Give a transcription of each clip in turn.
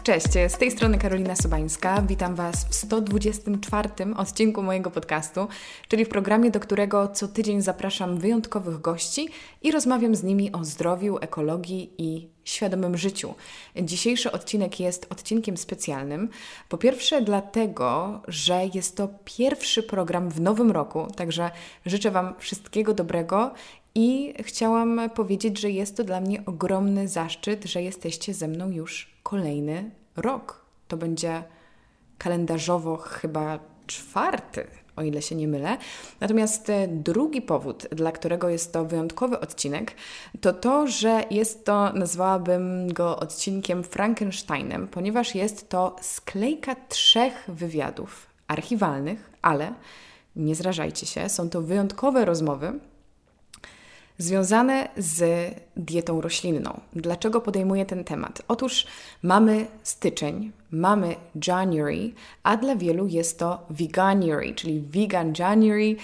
Cześć, z tej strony Karolina Sobańska. Witam Was w 124 odcinku mojego podcastu, czyli w programie, do którego co tydzień zapraszam wyjątkowych gości i rozmawiam z nimi o zdrowiu, ekologii i świadomym życiu. Dzisiejszy odcinek jest odcinkiem specjalnym. Po pierwsze dlatego, że jest to pierwszy program w nowym roku, także życzę Wam wszystkiego dobrego i chciałam powiedzieć, że jest to dla mnie ogromny zaszczyt, że jesteście ze mną już kolejny rok. To będzie kalendarzowo chyba 4, o ile się nie mylę. Natomiast drugi powód, dla którego jest to wyjątkowy odcinek, to to, że jest to, nazwałabym go odcinkiem Frankensteinem, ponieważ jest to sklejka 3 wywiadów archiwalnych, ale nie zrażajcie się, są to wyjątkowe rozmowy związane z dietą roślinną. Dlaczego podejmuję ten temat? Otóż mamy styczeń, mamy January, a dla wielu jest to Veganuary, czyli Vegan January,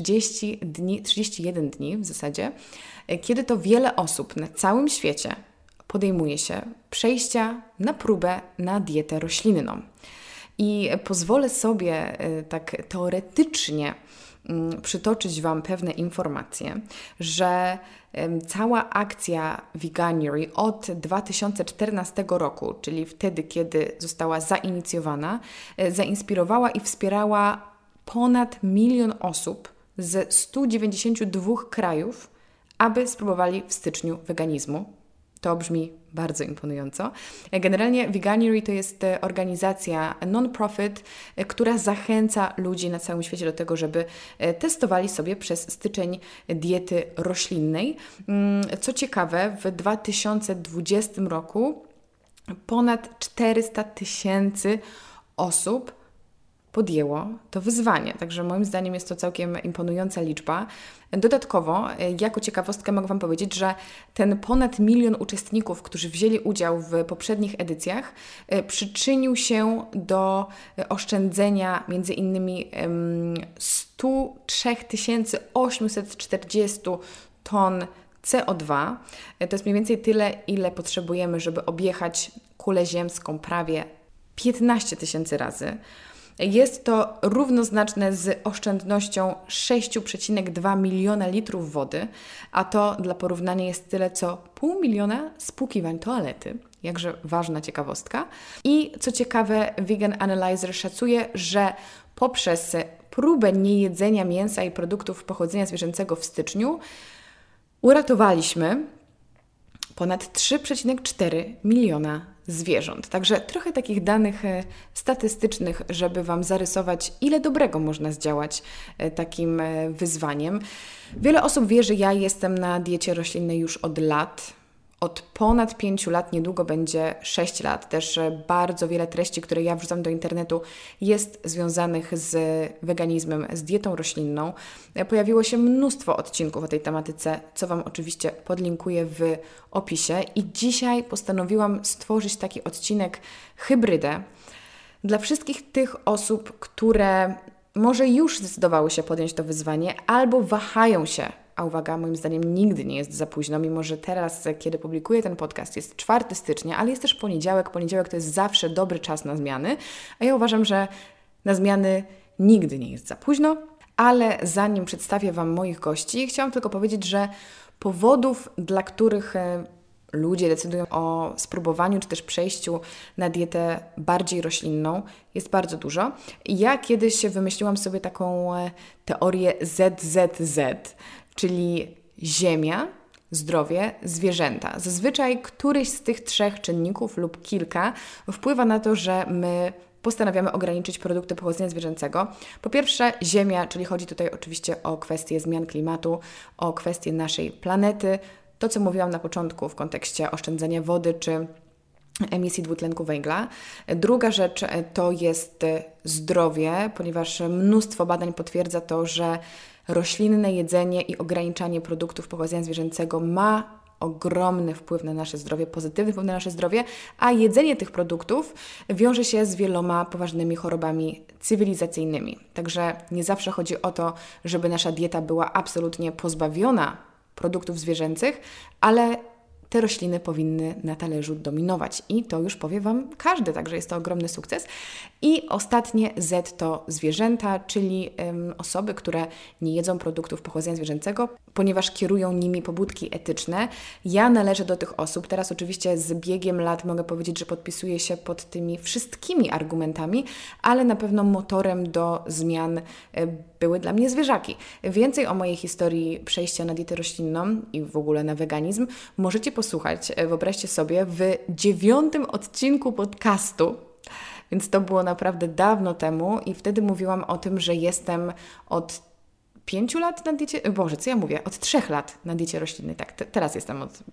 31 dni w zasadzie, kiedy to wiele osób na całym świecie podejmuje się przejścia na próbę na dietę roślinną. I pozwolę sobie tak teoretycznie przytoczyć Wam pewne informacje, że cała akcja Veganuary od 2014 roku, czyli wtedy, kiedy została zainicjowana, zainspirowała i wspierała ponad 1 milion osób z 192 krajów, aby spróbowali w styczniu weganizmu. To brzmi bardzo imponująco. Generalnie Veganuary to jest organizacja non-profit, która zachęca ludzi na całym świecie do tego, żeby testowali sobie przez styczeń diety roślinnej. Co ciekawe, w 2020 roku ponad 400 000 osób podjęło to wyzwanie. Także moim zdaniem jest to całkiem imponująca liczba. Dodatkowo, jako ciekawostkę mogę Wam powiedzieć, że ten ponad 1 milion uczestników, którzy wzięli udział w poprzednich edycjach, przyczynił się do oszczędzenia między innymi 103 840 ton CO2. To jest mniej więcej tyle, ile potrzebujemy, żeby objechać kulę ziemską prawie 15 000 razy. Jest to równoznaczne z oszczędnością 6,2 miliona litrów wody, a to dla porównania jest tyle co 0,5 miliona spłukiwań toalety. Jakże ważna ciekawostka. I co ciekawe, Vegan Analyzer szacuje, że poprzez próbę niejedzenia mięsa i produktów pochodzenia zwierzęcego w styczniu uratowaliśmy ponad 3,4 miliona zwierząt. Także trochę takich danych statystycznych, żeby Wam zarysować, ile dobrego można zdziałać takim wyzwaniem. Wiele osób wie, że ja jestem na diecie roślinnej już od lat. Od ponad 5 lat, niedługo będzie 6 lat. Też bardzo wiele treści, które ja wrzucam do internetu, jest związanych z weganizmem, z dietą roślinną. Pojawiło się mnóstwo odcinków o tej tematyce, co Wam oczywiście podlinkuję w opisie. I dzisiaj postanowiłam stworzyć taki odcinek hybrydę dla wszystkich tych osób, które może już zdecydowały się podjąć to wyzwanie albo wahają się. A uwaga, moim zdaniem nigdy nie jest za późno, mimo że teraz, kiedy publikuję ten podcast, jest 4 stycznia, ale jest też poniedziałek. Poniedziałek to jest zawsze dobry czas na zmiany, a ja uważam, że na zmiany nigdy nie jest za późno. Ale zanim przedstawię Wam moich gości, chciałam tylko powiedzieć, że powodów, dla których ludzie decydują o spróbowaniu czy też przejściu na dietę bardziej roślinną, jest bardzo dużo. Ja kiedyś wymyśliłam sobie taką teorię ZZZ, czyli ziemia, zdrowie, zwierzęta. Zazwyczaj któryś z tych 3 czynników lub kilka wpływa na to, że my postanawiamy ograniczyć produkty pochodzenia zwierzęcego. Po pierwsze ziemia, czyli chodzi tutaj oczywiście o kwestie zmian klimatu, o kwestie naszej planety, to co mówiłam na początku w kontekście oszczędzania wody czy emisji dwutlenku węgla. Druga rzecz to jest zdrowie, ponieważ mnóstwo badań potwierdza to, że roślinne jedzenie i ograniczanie produktów pochodzenia zwierzęcego ma ogromny wpływ na nasze zdrowie, pozytywny wpływ na nasze zdrowie, a jedzenie tych produktów wiąże się z wieloma poważnymi chorobami cywilizacyjnymi. Także nie zawsze chodzi o to, żeby nasza dieta była absolutnie pozbawiona produktów zwierzęcych, ale te rośliny powinny na talerzu dominować. I to już powie Wam każdy, także jest to ogromny sukces. I ostatnie Z to zwierzęta, czyli osoby, które nie jedzą produktów pochodzenia zwierzęcego, ponieważ kierują nimi pobudki etyczne. Ja należę do tych osób. Teraz oczywiście z biegiem lat mogę powiedzieć, że podpisuję się pod tymi wszystkimi argumentami, ale na pewno motorem do zmian były dla mnie zwierzaki. Więcej o mojej historii przejścia na dietę roślinną i w ogóle na weganizm możecie posłuchać, wyobraźcie sobie, w 9. odcinku podcastu. Więc to było naprawdę dawno temu i wtedy mówiłam o tym, że jestem od 5 lat na diecie, Boże, co ja mówię? Od 3 lat na diecie roślinnej. Tak, teraz jestem od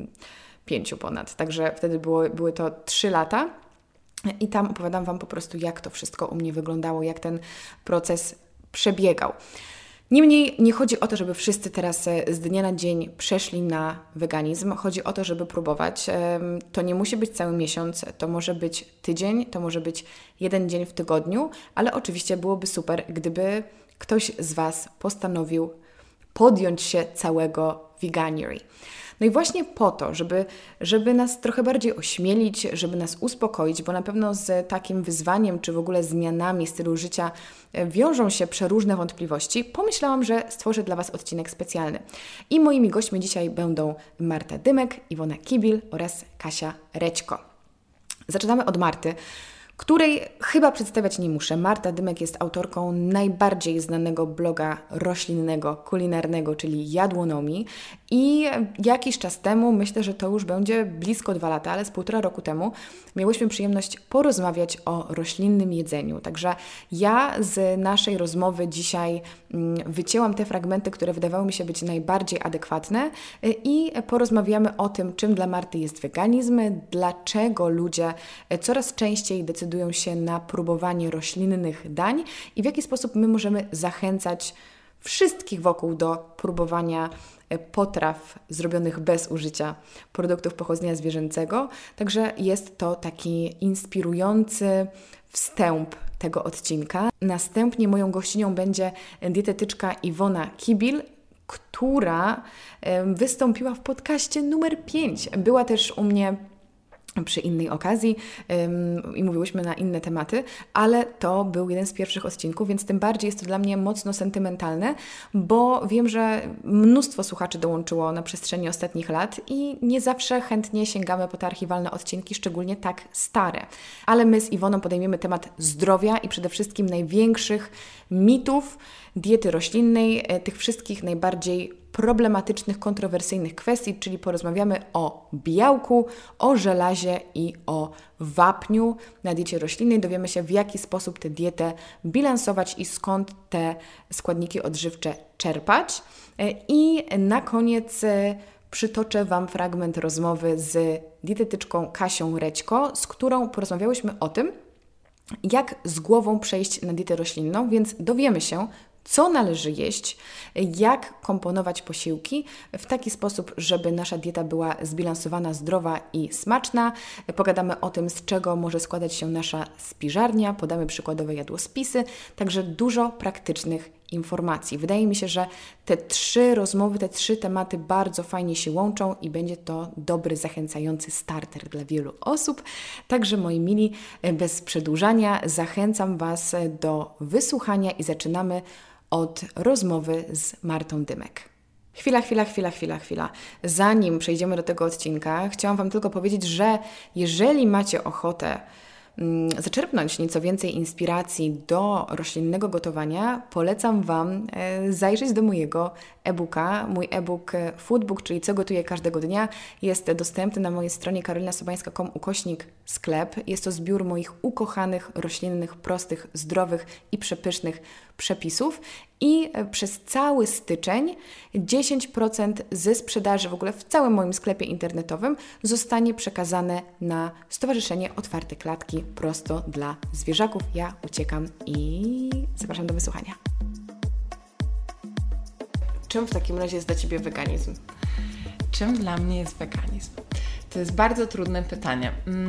5 ponad. Także wtedy były to 3 lata i tam opowiadam Wam po prostu, jak to wszystko u mnie wyglądało, jak ten proces przebiegał. Niemniej nie chodzi o to, żeby wszyscy teraz z dnia na dzień przeszli na weganizm. Chodzi o to, żeby próbować. To nie musi być cały miesiąc, to może być tydzień, to może być 1 dzień w tygodniu, ale oczywiście byłoby super, gdyby ktoś z Was postanowił podjąć się całego veganuary. No i właśnie po to, żeby nas trochę bardziej ośmielić, żeby nas uspokoić, bo na pewno z takim wyzwaniem, czy w ogóle zmianami stylu życia wiążą się przeróżne wątpliwości, pomyślałam, że stworzę dla Was odcinek specjalny. I moimi gośćmi dzisiaj będą Marta Dymek, Iwona Kibil oraz Kasia Rećko. Zaczynamy od Marty, której chyba przedstawiać nie muszę. Marta Dymek jest autorką najbardziej znanego bloga roślinnego, kulinarnego, czyli Jadłonomii. I jakiś czas temu, myślę, że to już będzie blisko 2 lata, ale z 1,5 roku temu, miałyśmy przyjemność porozmawiać o roślinnym jedzeniu. Także ja z naszej rozmowy dzisiaj wycięłam te fragmenty, które wydawały mi się być najbardziej adekwatne i porozmawiamy o tym, czym dla Marty jest weganizm, dlaczego ludzie coraz częściej decydują się na próbowanie roślinnych dań i w jaki sposób my możemy zachęcać wszystkich wokół do próbowania potraw zrobionych bez użycia produktów pochodzenia zwierzęcego. Także jest to taki inspirujący wstęp tego odcinka. Następnie moją gościnią będzie dietetyczka Iwona Kibil, która wystąpiła w podcaście numer 5. Była też u mnie przy innej okazji i mówiłyśmy na inne tematy, ale to był jeden z pierwszych odcinków, więc tym bardziej jest to dla mnie mocno sentymentalne, bo wiem, że mnóstwo słuchaczy dołączyło na przestrzeni ostatnich lat i nie zawsze chętnie sięgamy po te archiwalne odcinki, szczególnie tak stare. Ale my z Iwoną podejmiemy temat zdrowia i przede wszystkim największych mitów diety roślinnej, tych wszystkich najbardziej problematycznych, kontrowersyjnych kwestii, czyli porozmawiamy o białku, o żelazie i o wapniu na diecie roślinnej. Dowiemy się, w jaki sposób tę dietę bilansować i skąd te składniki odżywcze czerpać. I na koniec przytoczę Wam fragment rozmowy z dietetyczką Kasią Rećko, z którą porozmawiałyśmy o tym, jak z głową przejść na dietę roślinną, więc dowiemy się, co należy jeść, jak komponować posiłki w taki sposób, żeby nasza dieta była zbilansowana, zdrowa i smaczna. Pogadamy o tym, z czego może składać się nasza spiżarnia, podamy przykładowe jadłospisy, także dużo praktycznych informacji. Wydaje mi się, że te 3 rozmowy, te 3 tematy bardzo fajnie się łączą i będzie to dobry, zachęcający starter dla wielu osób. Także moi mili, bez przedłużania zachęcam Was do wysłuchania i zaczynamy od rozmowy z Martą Dymek. Chwila. Zanim przejdziemy do tego odcinka, chciałam Wam tylko powiedzieć, że jeżeli macie ochotę zaczerpnąć nieco więcej inspiracji do roślinnego gotowania, polecam Wam zajrzeć do mojego e-booka. Mój e-book Foodbook, czyli co gotuję każdego dnia, jest dostępny na mojej stronie karolinasobańska.com/sklep. Jest to zbiór moich ukochanych, roślinnych, prostych, zdrowych i przepysznych przepisów i przez cały styczeń 10% ze sprzedaży w ogóle w całym moim sklepie internetowym zostanie przekazane na Stowarzyszenie Otwarte Klatki prosto dla zwierzaków. Ja uciekam i zapraszam do wysłuchania. Czym w takim razie jest dla Ciebie weganizm? Czym dla mnie jest weganizm? To jest bardzo trudne pytanie.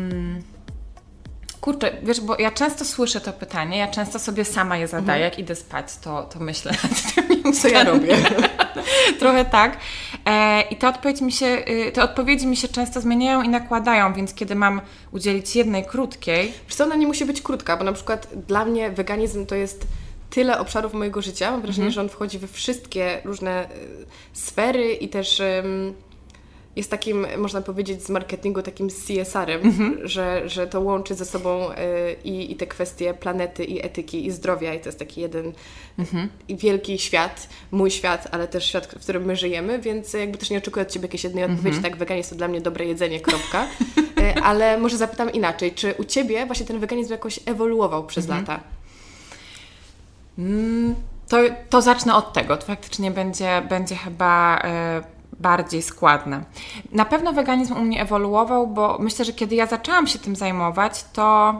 Kurczę, wiesz, bo ja często słyszę to pytanie, ja często sobie sama je zadaję, jak idę spać, to myślę nad tymi Co ja robię? Trochę tak. I te odpowiedzi mi się często zmieniają i nakładają, więc kiedy mam udzielić jednej krótkiej... Wiesz co, ona nie musi być krótka, bo na przykład dla mnie weganizm to jest tyle obszarów mojego życia. Mam wrażenie, że on wchodzi we wszystkie różne sfery i też jest takim, można powiedzieć, z marketingu takim CSR-em, że to łączy ze sobą i te kwestie planety, i etyki, i zdrowia, i to jest taki jeden wielki świat, mój świat, ale też świat, w którym my żyjemy, więc jakby też nie oczekuję od Ciebie jakiejś jednej odpowiedzi, tak, weganizm to dla mnie dobre jedzenie, kropka. Ale może zapytam inaczej, czy u Ciebie właśnie ten weganizm jakoś ewoluował przez lata? To zacznę od tego. To faktycznie będzie chyba bardziej składne. Na pewno weganizm u mnie ewoluował, bo myślę, że kiedy ja zaczęłam się tym zajmować, to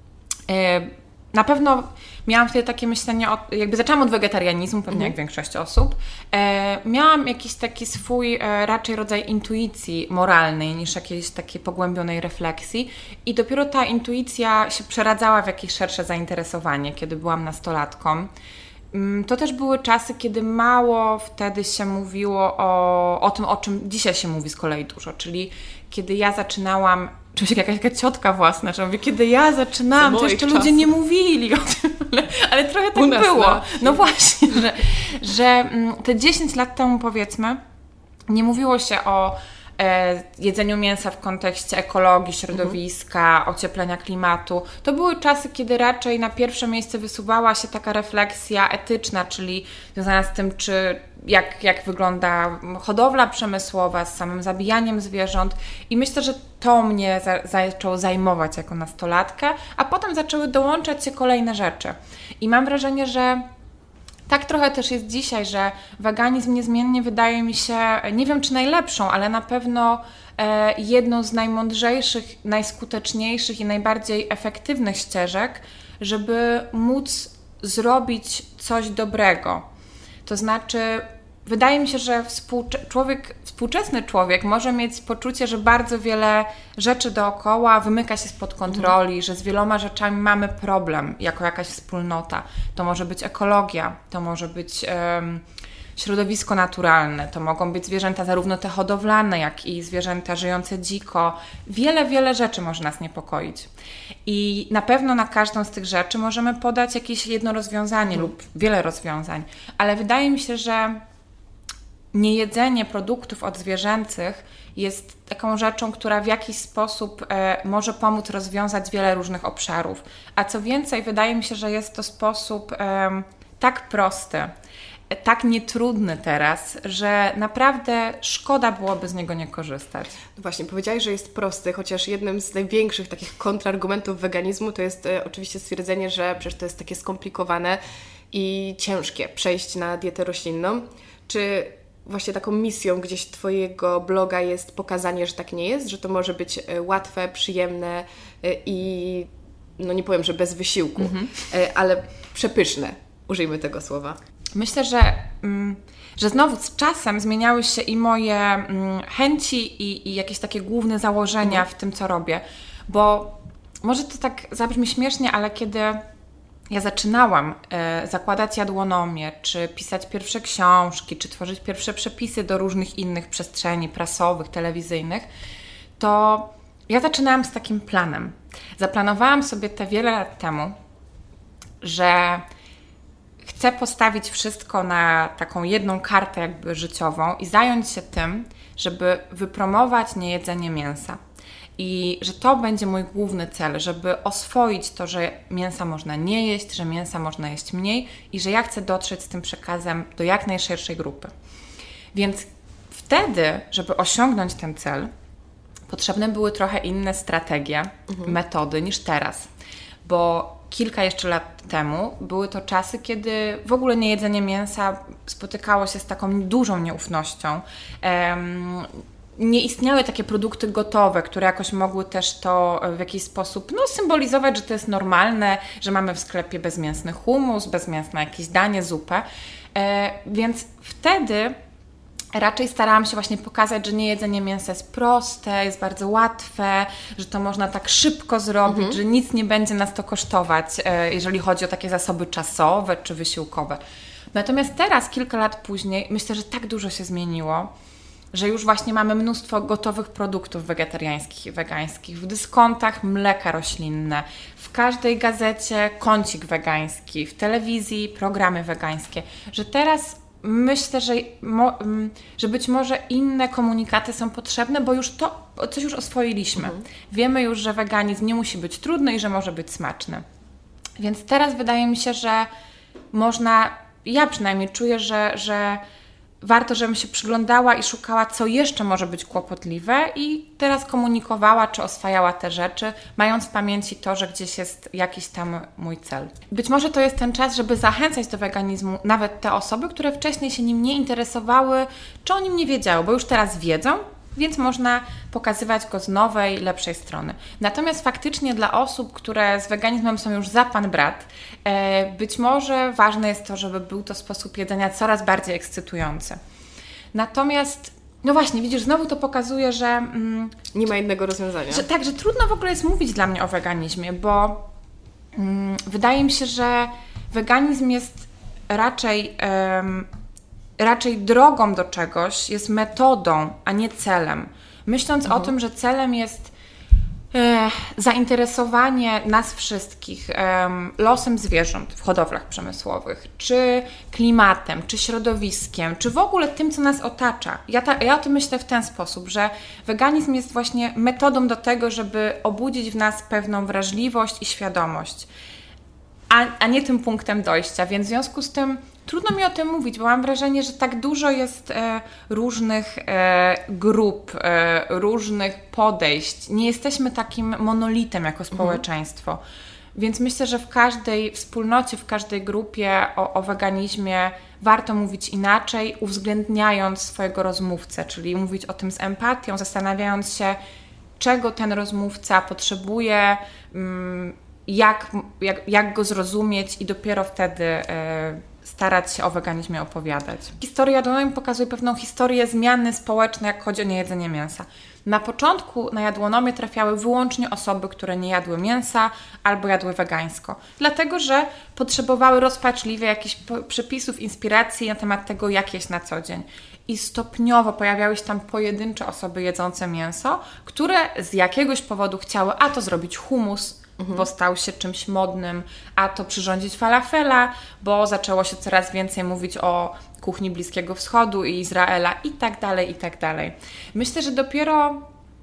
na pewno miałam wtedy takie myślenie, jakby zaczęłam od wegetarianizmu, pewnie jak większość osób. Miałam jakiś taki swój raczej rodzaj intuicji moralnej niż jakiejś takiej pogłębionej refleksji i dopiero ta intuicja się przeradzała w jakieś szersze zainteresowanie, kiedy byłam nastolatką. To też były czasy, kiedy mało wtedy się mówiło o tym, o czym dzisiaj się mówi z kolei dużo, czyli kiedy ja zaczynałam, czuję się jakaś ciotka własna, że mówię, kiedy ja zaczynałam, to jeszcze ludzie nie mówili o tym, ale trochę tak było. No właśnie, że te 10 lat temu, powiedzmy, nie mówiło się o jedzeniu mięsa w kontekście ekologii, środowiska, ocieplenia klimatu. To były czasy, kiedy raczej na pierwsze miejsce wysuwała się taka refleksja etyczna, czyli związana z tym, jak wygląda hodowla przemysłowa, z samym zabijaniem zwierząt. I myślę, że to mnie zaczęło zajmować jako nastolatkę, a potem zaczęły dołączać się kolejne rzeczy. I mam wrażenie, że tak trochę też jest dzisiaj, że weganizm niezmiennie wydaje mi się, nie wiem czy najlepszą, ale na pewno jedną z najmądrzejszych, najskuteczniejszych i najbardziej efektywnych ścieżek, żeby móc zrobić coś dobrego. To znaczy, wydaje mi się, że współczesny człowiek może mieć poczucie, że bardzo wiele rzeczy dookoła wymyka się spod kontroli, że z wieloma rzeczami mamy problem jako jakaś wspólnota. To może być ekologia, to może być środowisko naturalne, to mogą być zwierzęta zarówno te hodowlane, jak i zwierzęta żyjące dziko. Wiele rzeczy może nas niepokoić. I na pewno na każdą z tych rzeczy możemy podać jakieś jedno rozwiązanie lub wiele rozwiązań, ale wydaje mi się, że niejedzenie produktów odzwierzęcych jest taką rzeczą, która w jakiś sposób może pomóc rozwiązać wiele różnych obszarów. A co więcej, wydaje mi się, że jest to sposób tak prosty, tak nietrudny teraz, że naprawdę szkoda byłoby z niego nie korzystać. No właśnie, powiedziałaś, że jest prosty, chociaż jednym z największych takich kontrargumentów weganizmu to jest oczywiście stwierdzenie, że przecież to jest takie skomplikowane i ciężkie przejść na dietę roślinną. Czy właśnie taką misją gdzieś Twojego bloga jest pokazanie, że tak nie jest, że to może być łatwe, przyjemne i no nie powiem, że bez wysiłku, ale przepyszne, użyjmy tego słowa. Myślę, że znowu z czasem zmieniały się i moje chęci i jakieś takie główne założenia w tym, co robię, bo może to tak zabrzmi śmiesznie, ale kiedy ja zaczynałam zakładać jadłonomię, czy pisać pierwsze książki, czy tworzyć pierwsze przepisy do różnych innych przestrzeni prasowych, telewizyjnych, to ja zaczynałam z takim planem. Zaplanowałam sobie te wiele lat temu, że chcę postawić wszystko na taką jedną kartę jakby życiową i zająć się tym, żeby wypromować niejedzenie mięsa. I że to będzie mój główny cel, żeby oswoić to, że mięsa można nie jeść, że mięsa można jeść mniej i że ja chcę dotrzeć z tym przekazem do jak najszerszej grupy. Więc wtedy, żeby osiągnąć ten cel, potrzebne były trochę inne strategie, metody niż teraz. Bo kilka jeszcze lat temu były to czasy, kiedy w ogóle niejedzenie mięsa spotykało się z taką dużą nieufnością. Nie istniały takie produkty gotowe, które jakoś mogły też to w jakiś sposób symbolizować, że to jest normalne, że mamy w sklepie bezmięsny hummus, bezmięsne jakieś danie, zupę. Więc wtedy raczej starałam się właśnie pokazać, że niejedzenie mięsa jest proste, jest bardzo łatwe, że to można tak szybko zrobić, że nic nie będzie nas to kosztować, jeżeli chodzi o takie zasoby czasowe czy wysiłkowe. Natomiast teraz, kilka lat później, myślę, że tak dużo się zmieniło, że już właśnie mamy mnóstwo gotowych produktów wegetariańskich i wegańskich. W dyskontach mleka roślinne, w każdej gazecie kącik wegański, w telewizji programy wegańskie, że teraz myślę, że być może inne komunikaty są potrzebne, bo już coś już oswoiliśmy. Wiemy już, że weganizm nie musi być trudny i że może być smaczny. Więc teraz wydaje mi się, że można, ja przynajmniej czuję, że warto, żebym się przyglądała i szukała, co jeszcze może być kłopotliwe i teraz komunikowała, czy oswajała te rzeczy, mając w pamięci to, że gdzieś jest jakiś tam mój cel. Być może to jest ten czas, żeby zachęcać do weganizmu nawet te osoby, które wcześniej się nim nie interesowały, czy o nim nie wiedziały, bo już teraz wiedzą, więc można pokazywać go z nowej, lepszej strony. Natomiast faktycznie dla osób, które z weganizmem są już za pan brat, być może ważne jest to, żeby był to sposób jedzenia coraz bardziej ekscytujący. Natomiast, no właśnie, widzisz, znowu to pokazuje, że nie ma innego rozwiązania. Że trudno w ogóle jest mówić dla mnie o weganizmie, bo wydaje mi się, że weganizm jest raczej drogą do czegoś, jest metodą, a nie celem. Myśląc o tym, że celem jest zainteresowanie nas wszystkich losem zwierząt w hodowlach przemysłowych, czy klimatem, czy środowiskiem, czy w ogóle tym, co nas otacza. Ja o tym myślę w ten sposób, że weganizm jest właśnie metodą do tego, żeby obudzić w nas pewną wrażliwość i świadomość, a nie tym punktem dojścia, więc w związku z tym trudno mi o tym mówić, bo mam wrażenie, że tak dużo jest różnych grup, różnych podejść. Nie jesteśmy takim monolitem jako społeczeństwo. Więc myślę, że w każdej wspólnocie, w każdej grupie o weganizmie warto mówić inaczej, uwzględniając swojego rozmówcę, czyli mówić o tym z empatią, zastanawiając się, czego ten rozmówca potrzebuje, jak go zrozumieć i dopiero wtedy starać się o weganizmie opowiadać. Historia Jadłonomii pokazuje pewną historię zmiany społecznej, jak chodzi o niejedzenie mięsa. Na początku na jadłonomię trafiały wyłącznie osoby, które nie jadły mięsa albo jadły wegańsko. Dlatego, że potrzebowały rozpaczliwie jakichś przepisów, inspiracji na temat tego, jak jeść na co dzień. I stopniowo pojawiały się tam pojedyncze osoby jedzące mięso, które z jakiegoś powodu chciały a to zrobić hummus, bo stał się czymś modnym, a to przyrządzić falafela, bo zaczęło się coraz więcej mówić o kuchni Bliskiego Wschodu i Izraela i tak dalej, i tak dalej. Myślę, że dopiero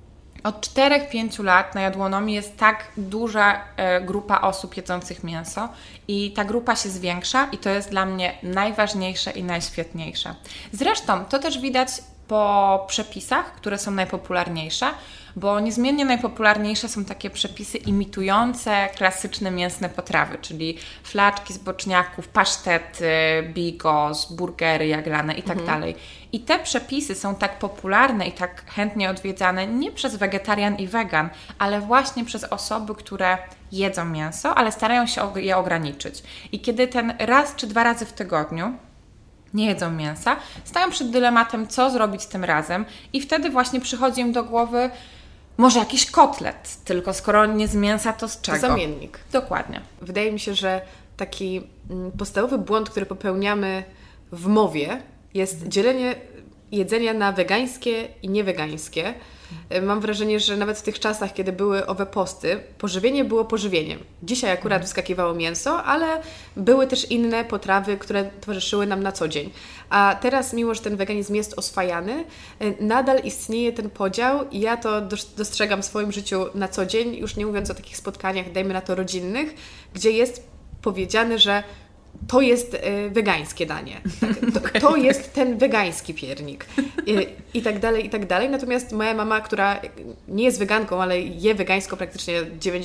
od 4-5 lat na jadłonomii jest tak duża grupa osób jedzących mięso i ta grupa się zwiększa i to jest dla mnie najważniejsze i najświetniejsze. Zresztą to też widać po przepisach, które są najpopularniejsze, bo niezmiennie najpopularniejsze są takie przepisy imitujące klasyczne mięsne potrawy, czyli flaczki z boczniaków, pasztety, bigos, burgery jaglane i tak dalej. I te przepisy są tak popularne i tak chętnie odwiedzane nie przez wegetarian i wegan, ale właśnie przez osoby, które jedzą mięso, ale starają się je ograniczyć. I kiedy ten raz czy 2 razy w tygodniu nie jedzą mięsa, stają przed dylematem, co zrobić tym razem i wtedy właśnie przychodzi im do głowy może jakiś kotlet, tylko skoro nie z mięsa, to z czego? To zamiennik. Dokładnie. Wydaje mi się, że taki podstawowy błąd, który popełniamy w mowie, jest dzielenie jedzenia na wegańskie i niewegańskie. Mam wrażenie, że nawet w tych czasach, kiedy były owe posty, pożywienie było pożywieniem. Dzisiaj akurat wskakiwało mięso, ale były też inne potrawy, które towarzyszyły nam na co dzień. A teraz, mimo że ten weganizm jest oswajany, nadal istnieje ten podział i ja to dostrzegam w swoim życiu na co dzień, już nie mówiąc o takich spotkaniach, dajmy na to rodzinnych, gdzie jest powiedziane, że to jest wegańskie danie. Tak, to jest ten wegański piernik. I tak dalej, i tak dalej. Natomiast moja mama, która nie jest weganką, ale je wegańsko praktycznie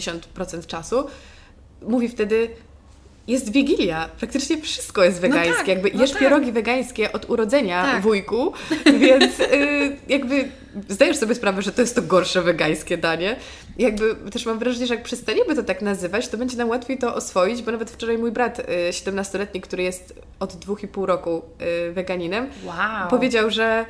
90% czasu, mówi wtedy, jest Wigilia, praktycznie wszystko jest wegańskie. Jesz pierogi wegańskie od urodzenia, wujku, więc jakby zdajesz sobie sprawę, że to jest to gorsze wegańskie danie. Jakby też mam wrażenie, że jak przestaniemy to tak nazywać, to będzie nam łatwiej to oswoić, bo nawet wczoraj mój brat 17-letni, który jest od 2,5 roku weganinem, powiedział, że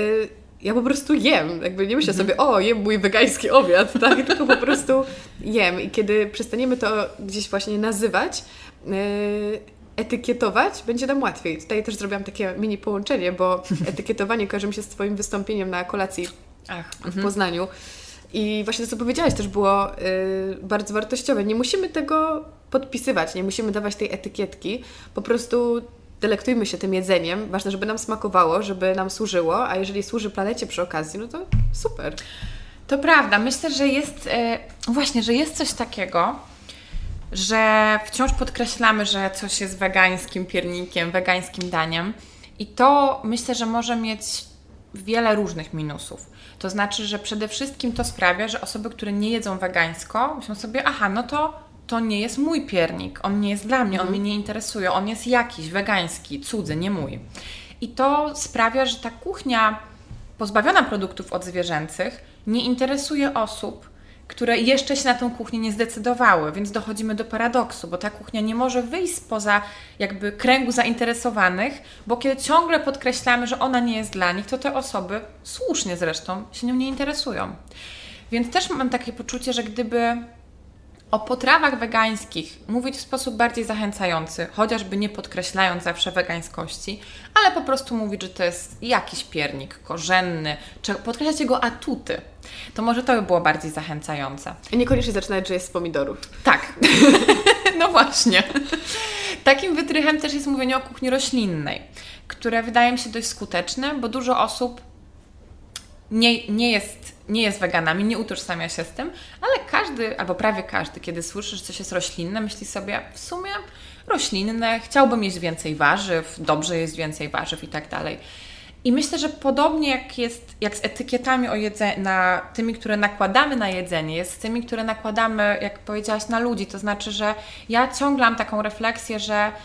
ja po prostu jem, jakby nie myślę sobie, jem mój wegański obiad, tak? Tylko po prostu jem i kiedy przestaniemy to gdzieś właśnie nazywać, etykietować, będzie nam łatwiej. Tutaj też zrobiłam takie mini połączenie, bo etykietowanie kojarzy mi się z Twoim wystąpieniem na kolacji w Poznaniu. I właśnie to, co powiedziałaś, też było bardzo wartościowe. Nie musimy tego podpisywać, nie musimy dawać tej etykietki. Po prostu delektujmy się tym jedzeniem. Ważne, żeby nam smakowało, żeby nam służyło, a jeżeli służy planecie przy okazji, no to super. To prawda. Myślę, że jest właśnie, że jest coś takiego, że wciąż podkreślamy, że coś jest wegańskim piernikiem, wegańskim daniem i to myślę, że może mieć wiele różnych minusów. To znaczy, że przede wszystkim to sprawia, że osoby, które nie jedzą wegańsko, myślą sobie, aha, no to nie jest mój piernik, on nie jest dla mnie, on mnie nie interesuje, on jest jakiś wegański, cudzy, nie mój. I to sprawia, że ta kuchnia pozbawiona produktów odzwierzęcych nie interesuje osób, które jeszcze się na tę kuchnię nie zdecydowały, więc dochodzimy do paradoksu, bo ta kuchnia nie może wyjść spoza jakby kręgu zainteresowanych, bo kiedy ciągle podkreślamy, że ona nie jest dla nich, to te osoby, słusznie zresztą, się nią nie interesują. Więc też mam takie poczucie, że gdyby o potrawach wegańskich mówić w sposób bardziej zachęcający, chociażby nie podkreślając zawsze wegańskości, ale po prostu mówić, że to jest jakiś piernik korzenny, czy podkreślać jego atuty, to może to by było bardziej zachęcające. I niekoniecznie zaczynać, że jest z pomidorów. Tak, no właśnie. Takim wytrychem też jest mówienie o kuchni roślinnej, które wydaje mi się dość skuteczne, bo dużo osób nie jest weganami, nie utożsamia się z tym, ale każdy, albo prawie każdy, kiedy słyszy, że coś jest roślinne, myśli sobie, w sumie roślinne, chciałbym jeść więcej warzyw, dobrze jest więcej warzyw i tak dalej. I myślę, że podobnie jak z etykietami tymi, które nakładamy na jedzenie, jest z tymi, które nakładamy, jak powiedziałaś, na ludzi. To znaczy, że ja ciągle mam taką refleksję,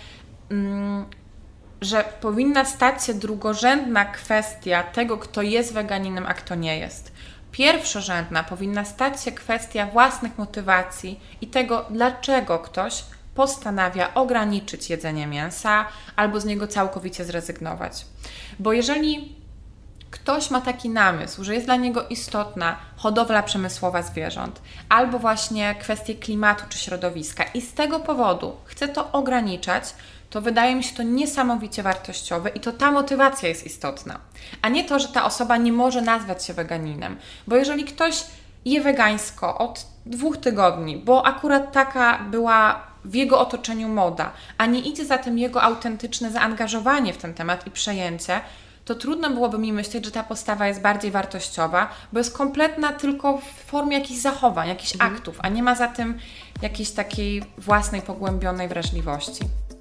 że powinna stać się drugorzędna kwestia tego, kto jest weganinem, a kto nie jest. Pierwszorzędna powinna stać się kwestia własnych motywacji i tego, dlaczego ktoś postanawia ograniczyć jedzenie mięsa albo z niego całkowicie zrezygnować. Bo jeżeli ktoś ma taki namysł, że jest dla niego istotna hodowla przemysłowa zwierząt albo właśnie kwestie klimatu czy środowiska i z tego powodu chce to ograniczać, to wydaje mi się to niesamowicie wartościowe i to ta motywacja jest istotna, a nie to, że ta osoba nie może nazwać się weganinem. Bo jeżeli ktoś je wegańsko od 2 tygodni, bo akurat taka była w jego otoczeniu moda, a nie idzie za tym jego autentyczne zaangażowanie w ten temat i przejęcie, to trudno byłoby mi myśleć, że ta postawa jest bardziej wartościowa, bo jest kompletna tylko w formie jakichś zachowań, jakichś aktów, a nie ma za tym jakiejś takiej własnej, pogłębionej wrażliwości.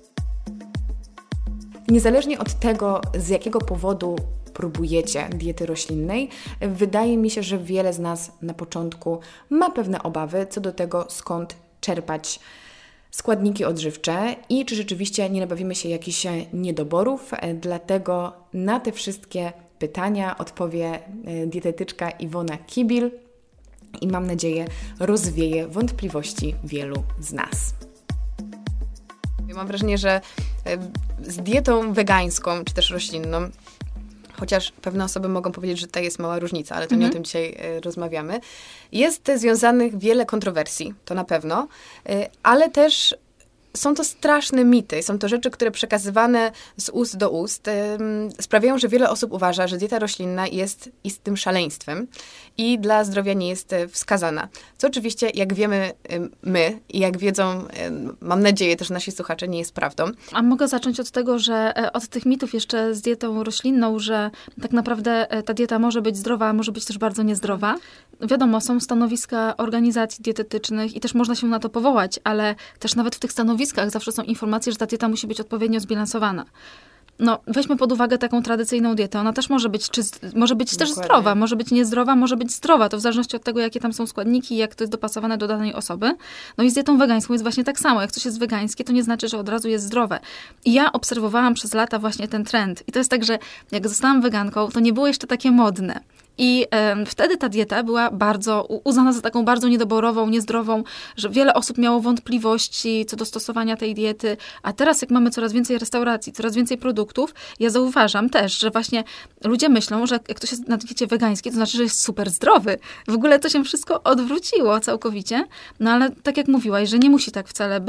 Niezależnie od tego, z jakiego powodu próbujecie diety roślinnej, wydaje mi się, że wiele z nas na początku ma pewne obawy co do tego, skąd czerpać składniki odżywcze i czy rzeczywiście nie nabawimy się jakichś niedoborów. Dlatego na te wszystkie pytania odpowie dietetyczka Iwona Kibil i mam nadzieję rozwieje wątpliwości wielu z nas. Mam wrażenie, że z dietą wegańską czy też roślinną, chociaż pewne osoby mogą powiedzieć, że tutaj jest mała różnica, ale to nie o tym dzisiaj rozmawiamy, jest związanych wiele kontrowersji, to na pewno, ale też są to straszne mity, są to rzeczy, które przekazywane z ust do ust sprawiają, że wiele osób uważa, że dieta roślinna jest istnym szaleństwem i dla zdrowia nie jest wskazana. Co oczywiście, jak wiemy my i jak wiedzą, mam nadzieję, też nasi słuchacze, nie jest prawdą. A mogę zacząć od tego, że od tych mitów jeszcze z dietą roślinną, że tak naprawdę ta dieta może być zdrowa, a może być też bardzo niezdrowa. Wiadomo, są stanowiska organizacji dietetycznych i też można się na to powołać, ale też nawet w tych stanowiskach zawsze są informacje, że ta dieta musi być odpowiednio zbilansowana. No, weźmy pod uwagę taką tradycyjną dietę. Ona też może być, może być też zdrowa, może być niezdrowa, może być zdrowa. To w zależności od tego, jakie tam są składniki i jak to jest dopasowane do danej osoby. No i z dietą wegańską jest właśnie tak samo. Jak coś jest wegańskie, to nie znaczy, że od razu jest zdrowe. I ja obserwowałam przez lata właśnie ten trend. I to jest tak, że jak zostałam weganką, to nie było jeszcze takie modne. I wtedy ta dieta była bardzo uznana za taką bardzo niedoborową, niezdrową, że wiele osób miało wątpliwości co do stosowania tej diety, a teraz jak mamy coraz więcej restauracji, coraz więcej produktów, ja zauważam też, że właśnie ludzie myślą, że jak ktoś jest na diecie wegańskiej, to znaczy, że jest super zdrowy. W ogóle to się wszystko odwróciło całkowicie, no ale tak jak mówiłaś, że nie musi tak wcale być.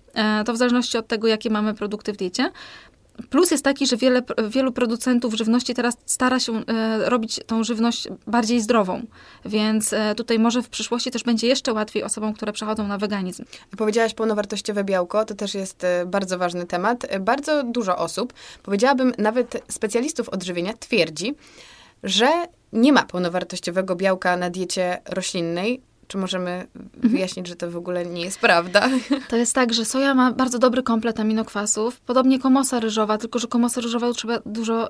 To w zależności od tego, jakie mamy produkty w diecie. Plus jest taki, że wielu producentów żywności teraz stara się robić tą żywność bardziej zdrową, więc tutaj może w przyszłości też będzie jeszcze łatwiej osobom, które przechodzą na weganizm. Powiedziałaś pełnowartościowe białko, to też jest bardzo ważny temat. Bardzo dużo osób, powiedziałabym nawet specjalistów odżywienia, twierdzi, że nie ma pełnowartościowego białka na diecie roślinnej. Czy możemy wyjaśnić, że to w ogóle nie jest prawda? To jest tak, że soja ma bardzo dobry komplet aminokwasów, podobnie komosa ryżowa, tylko że komosa ryżowa trzeba dużo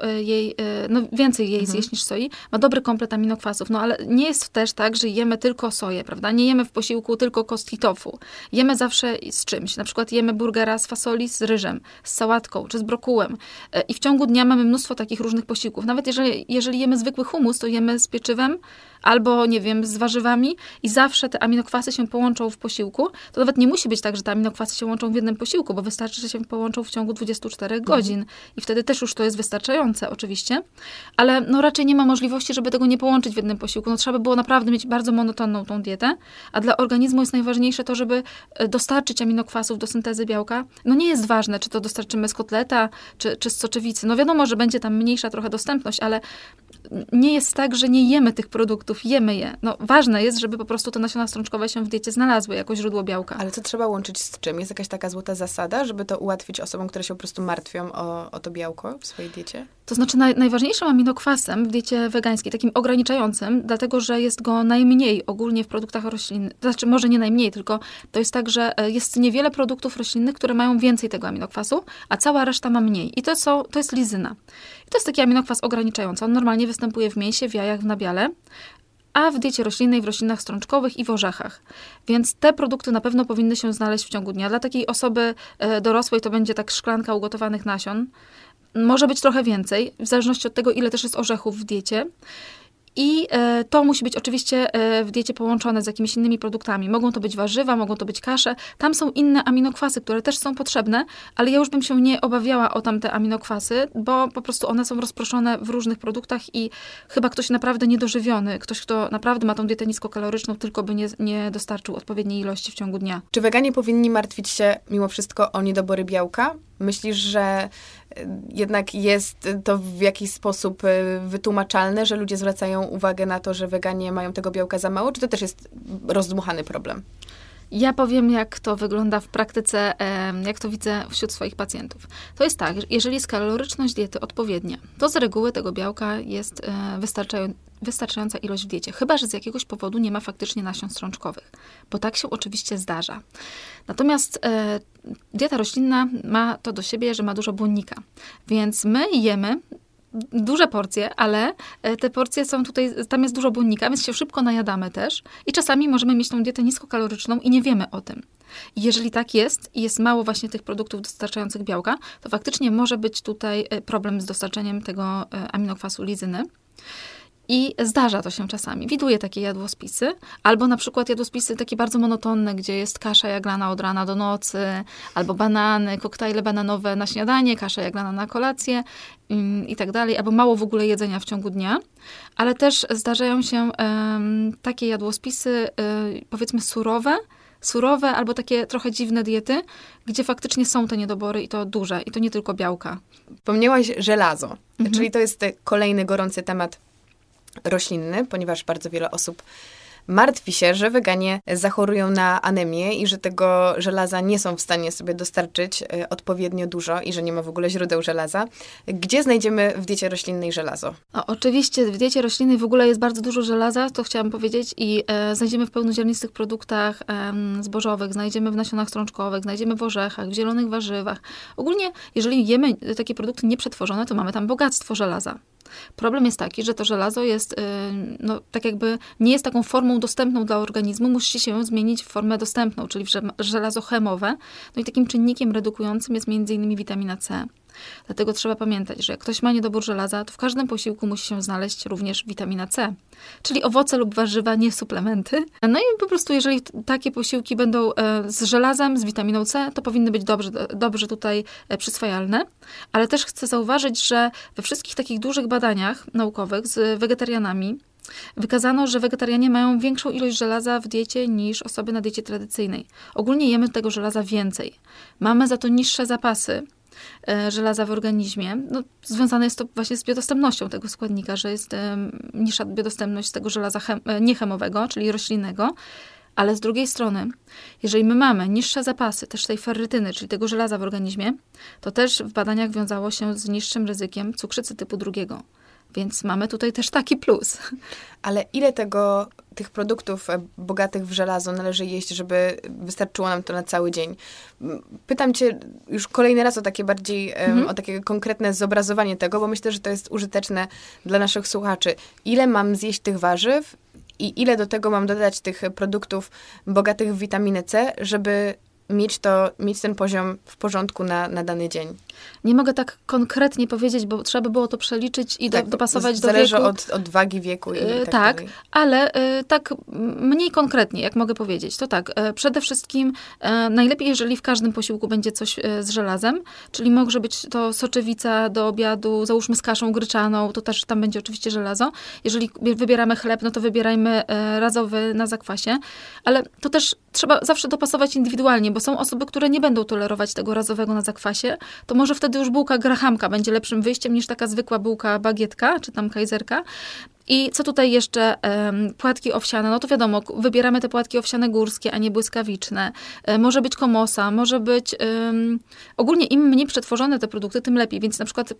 więcej jej zjeść niż soi, ma dobry komplet aminokwasów, no ale nie jest też tak, że jemy tylko soję, prawda? Nie jemy w posiłku tylko kostki tofu. Jemy zawsze z czymś, na przykład jemy burgera z fasoli, z ryżem, z sałatką czy z brokułem i w ciągu dnia mamy mnóstwo takich różnych posiłków. Nawet jeżeli jemy zwykły hummus, to jemy z pieczywem albo, nie wiem, z warzywami i zawsze te aminokwasy się połączą w posiłku. To nawet nie musi być tak, że te aminokwasy się łączą w jednym posiłku, bo wystarczy, że się połączą w ciągu 24 godzin. I wtedy też już to jest wystarczające oczywiście. Ale no raczej nie ma możliwości, żeby tego nie połączyć w jednym posiłku. No trzeba by było naprawdę mieć bardzo monotonną tą dietę, a dla organizmu jest najważniejsze to, żeby dostarczyć aminokwasów do syntezy białka. No nie jest ważne, czy to dostarczymy z kotleta, czy z soczewicy. No wiadomo, że będzie tam mniejsza trochę dostępność, ale nie jest tak, że nie jemy tych produktów, jemy je. No ważne jest, żeby po prostu te nasiona strączkowe się w diecie znalazły jako źródło białka. Ale co trzeba łączyć z czym? Jest jakaś taka złota zasada, żeby to ułatwić osobom, które się po prostu martwią o to białko w swojej diecie? To znaczy najważniejszym aminokwasem w diecie wegańskiej, takim ograniczającym, dlatego że jest go najmniej ogólnie w produktach roślinnych. To znaczy może nie najmniej, tylko to jest tak, że jest niewiele produktów roślinnych, które mają więcej tego aminokwasu, a cała reszta ma mniej. I to jest lizyna. I to jest taki aminokwas ograniczający. On normalnie występuje w mięsie, w jajach, w nabiale, a w diecie roślinnej, w roślinach strączkowych i w orzechach. Więc te produkty na pewno powinny się znaleźć w ciągu dnia. Dla takiej osoby dorosłej to będzie tak szklanka ugotowanych nasion. Może być trochę więcej, w zależności od tego, ile też jest orzechów w diecie. I to musi być oczywiście w diecie połączone z jakimiś innymi produktami. Mogą to być warzywa, mogą to być kasze. Tam są inne aminokwasy, które też są potrzebne, ale ja już bym się nie obawiała o tamte aminokwasy, bo po prostu one są rozproszone w różnych produktach i chyba ktoś naprawdę niedożywiony, ktoś, kto naprawdę ma tą dietę niskokaloryczną, tylko by nie dostarczył odpowiedniej ilości w ciągu dnia. Czy weganie powinni martwić się mimo wszystko o niedobory białka? Myślisz, że jednak jest to w jakiś sposób wytłumaczalne, że ludzie zwracają uwagę na to, że weganie mają tego białka za mało? Czy to też jest rozdmuchany problem? Ja powiem, jak to wygląda w praktyce, jak to widzę wśród swoich pacjentów. To jest tak, jeżeli jest kaloryczność diety odpowiednia, to z reguły tego białka jest wystarczająca ilość w diecie. Chyba że z jakiegoś powodu nie ma faktycznie nasion strączkowych, bo tak się oczywiście zdarza. Natomiast dieta roślinna ma to do siebie, że ma dużo błonnika. Więc my jemy duże porcje, ale te porcje są tutaj, tam jest dużo błonnika, więc się szybko najadamy też i czasami możemy mieć tą dietę niskokaloryczną i nie wiemy o tym. I jeżeli tak jest i jest mało właśnie tych produktów dostarczających białka, to faktycznie może być tutaj problem z dostarczeniem tego aminokwasu lizyny. I zdarza to się czasami. Widuję takie jadłospisy, albo na przykład jadłospisy takie bardzo monotonne, gdzie jest kasza jaglana od rana do nocy, albo banany, koktajle bananowe na śniadanie, kasza jaglana na kolację i tak dalej, albo mało w ogóle jedzenia w ciągu dnia. Ale też zdarzają się takie jadłospisy, powiedzmy surowe albo takie trochę dziwne diety, gdzie faktycznie są te niedobory i to duże, i to nie tylko białka. Wspomniałaś żelazo, czyli to jest kolejny gorący temat roślinny, ponieważ bardzo wiele osób martwi się, że weganie zachorują na anemię i że tego żelaza nie są w stanie sobie dostarczyć odpowiednio dużo i że nie ma w ogóle źródeł żelaza. Gdzie znajdziemy w diecie roślinnej żelazo? Oczywiście w diecie roślinnej w ogóle jest bardzo dużo żelaza, to chciałam powiedzieć, i znajdziemy w pełnoziarnistych produktach zbożowych, znajdziemy w nasionach strączkowych, znajdziemy w orzechach, w zielonych warzywach. Ogólnie, jeżeli jemy takie produkty nieprzetworzone, to mamy tam bogactwo żelaza. Problem jest taki, że to żelazo jest, tak jakby nie jest taką formą dostępną dla organizmu, musi się zmienić w formę dostępną, czyli w żelazo chemowe. No i takim czynnikiem redukującym jest m.in. witamina C. Dlatego trzeba pamiętać, że jak ktoś ma niedobór żelaza, to w każdym posiłku musi się znaleźć również witamina C, czyli owoce lub warzywa, nie suplementy. No i po prostu jeżeli takie posiłki będą z żelazem, z witaminą C, to powinny być dobrze tutaj przyswajalne. Ale też chcę zauważyć, że we wszystkich takich dużych badaniach naukowych z wegetarianami, wykazano, że wegetarianie mają większą ilość żelaza w diecie niż osoby na diecie tradycyjnej. Ogólnie jemy tego żelaza więcej. Mamy za to niższe zapasy żelaza w organizmie. No, związane jest to właśnie z biodostępnością tego składnika, że jest niższa biodostępność tego żelaza niechemowego, czyli roślinnego. Ale z drugiej strony, jeżeli my mamy niższe zapasy też tej ferrytyny, czyli tego żelaza w organizmie, to też w badaniach wiązało się z niższym ryzykiem cukrzycy typu 2. Więc mamy tutaj też taki plus. Ale ile tych produktów bogatych w żelazo należy jeść, żeby wystarczyło nam to na cały dzień? Pytam cię już kolejny raz o takie bardziej, o takie konkretne zobrazowanie tego, bo myślę, że to jest użyteczne dla naszych słuchaczy. Ile mam zjeść tych warzyw i ile do tego mam dodać tych produktów bogatych w witaminę C, żeby mieć ten poziom w porządku na dany dzień? Nie mogę tak konkretnie powiedzieć, bo trzeba by było to przeliczyć i dopasować do wieku. Zależy od wagi, wieku i tak dalej. Ale tak mniej konkretnie, jak mogę powiedzieć, to tak, przede wszystkim najlepiej, jeżeli w każdym posiłku będzie coś z żelazem, czyli może być to soczewica do obiadu, załóżmy z kaszą gryczaną, to też tam będzie oczywiście żelazo. Jeżeli wybieramy chleb, no to wybierajmy razowy na zakwasie, ale to też trzeba zawsze dopasować indywidualnie, bo są osoby, które nie będą tolerować tego razowego na zakwasie, to może wtedy już bułka grahamka będzie lepszym wyjściem niż taka zwykła bułka bagietka, czy tam kajzerka. I co tutaj jeszcze? Płatki owsiane. No to wiadomo, wybieramy te płatki owsiane górskie, a nie błyskawiczne. Może być komosa, może być... ogólnie im mniej przetworzone te produkty, tym lepiej. Więc na przykład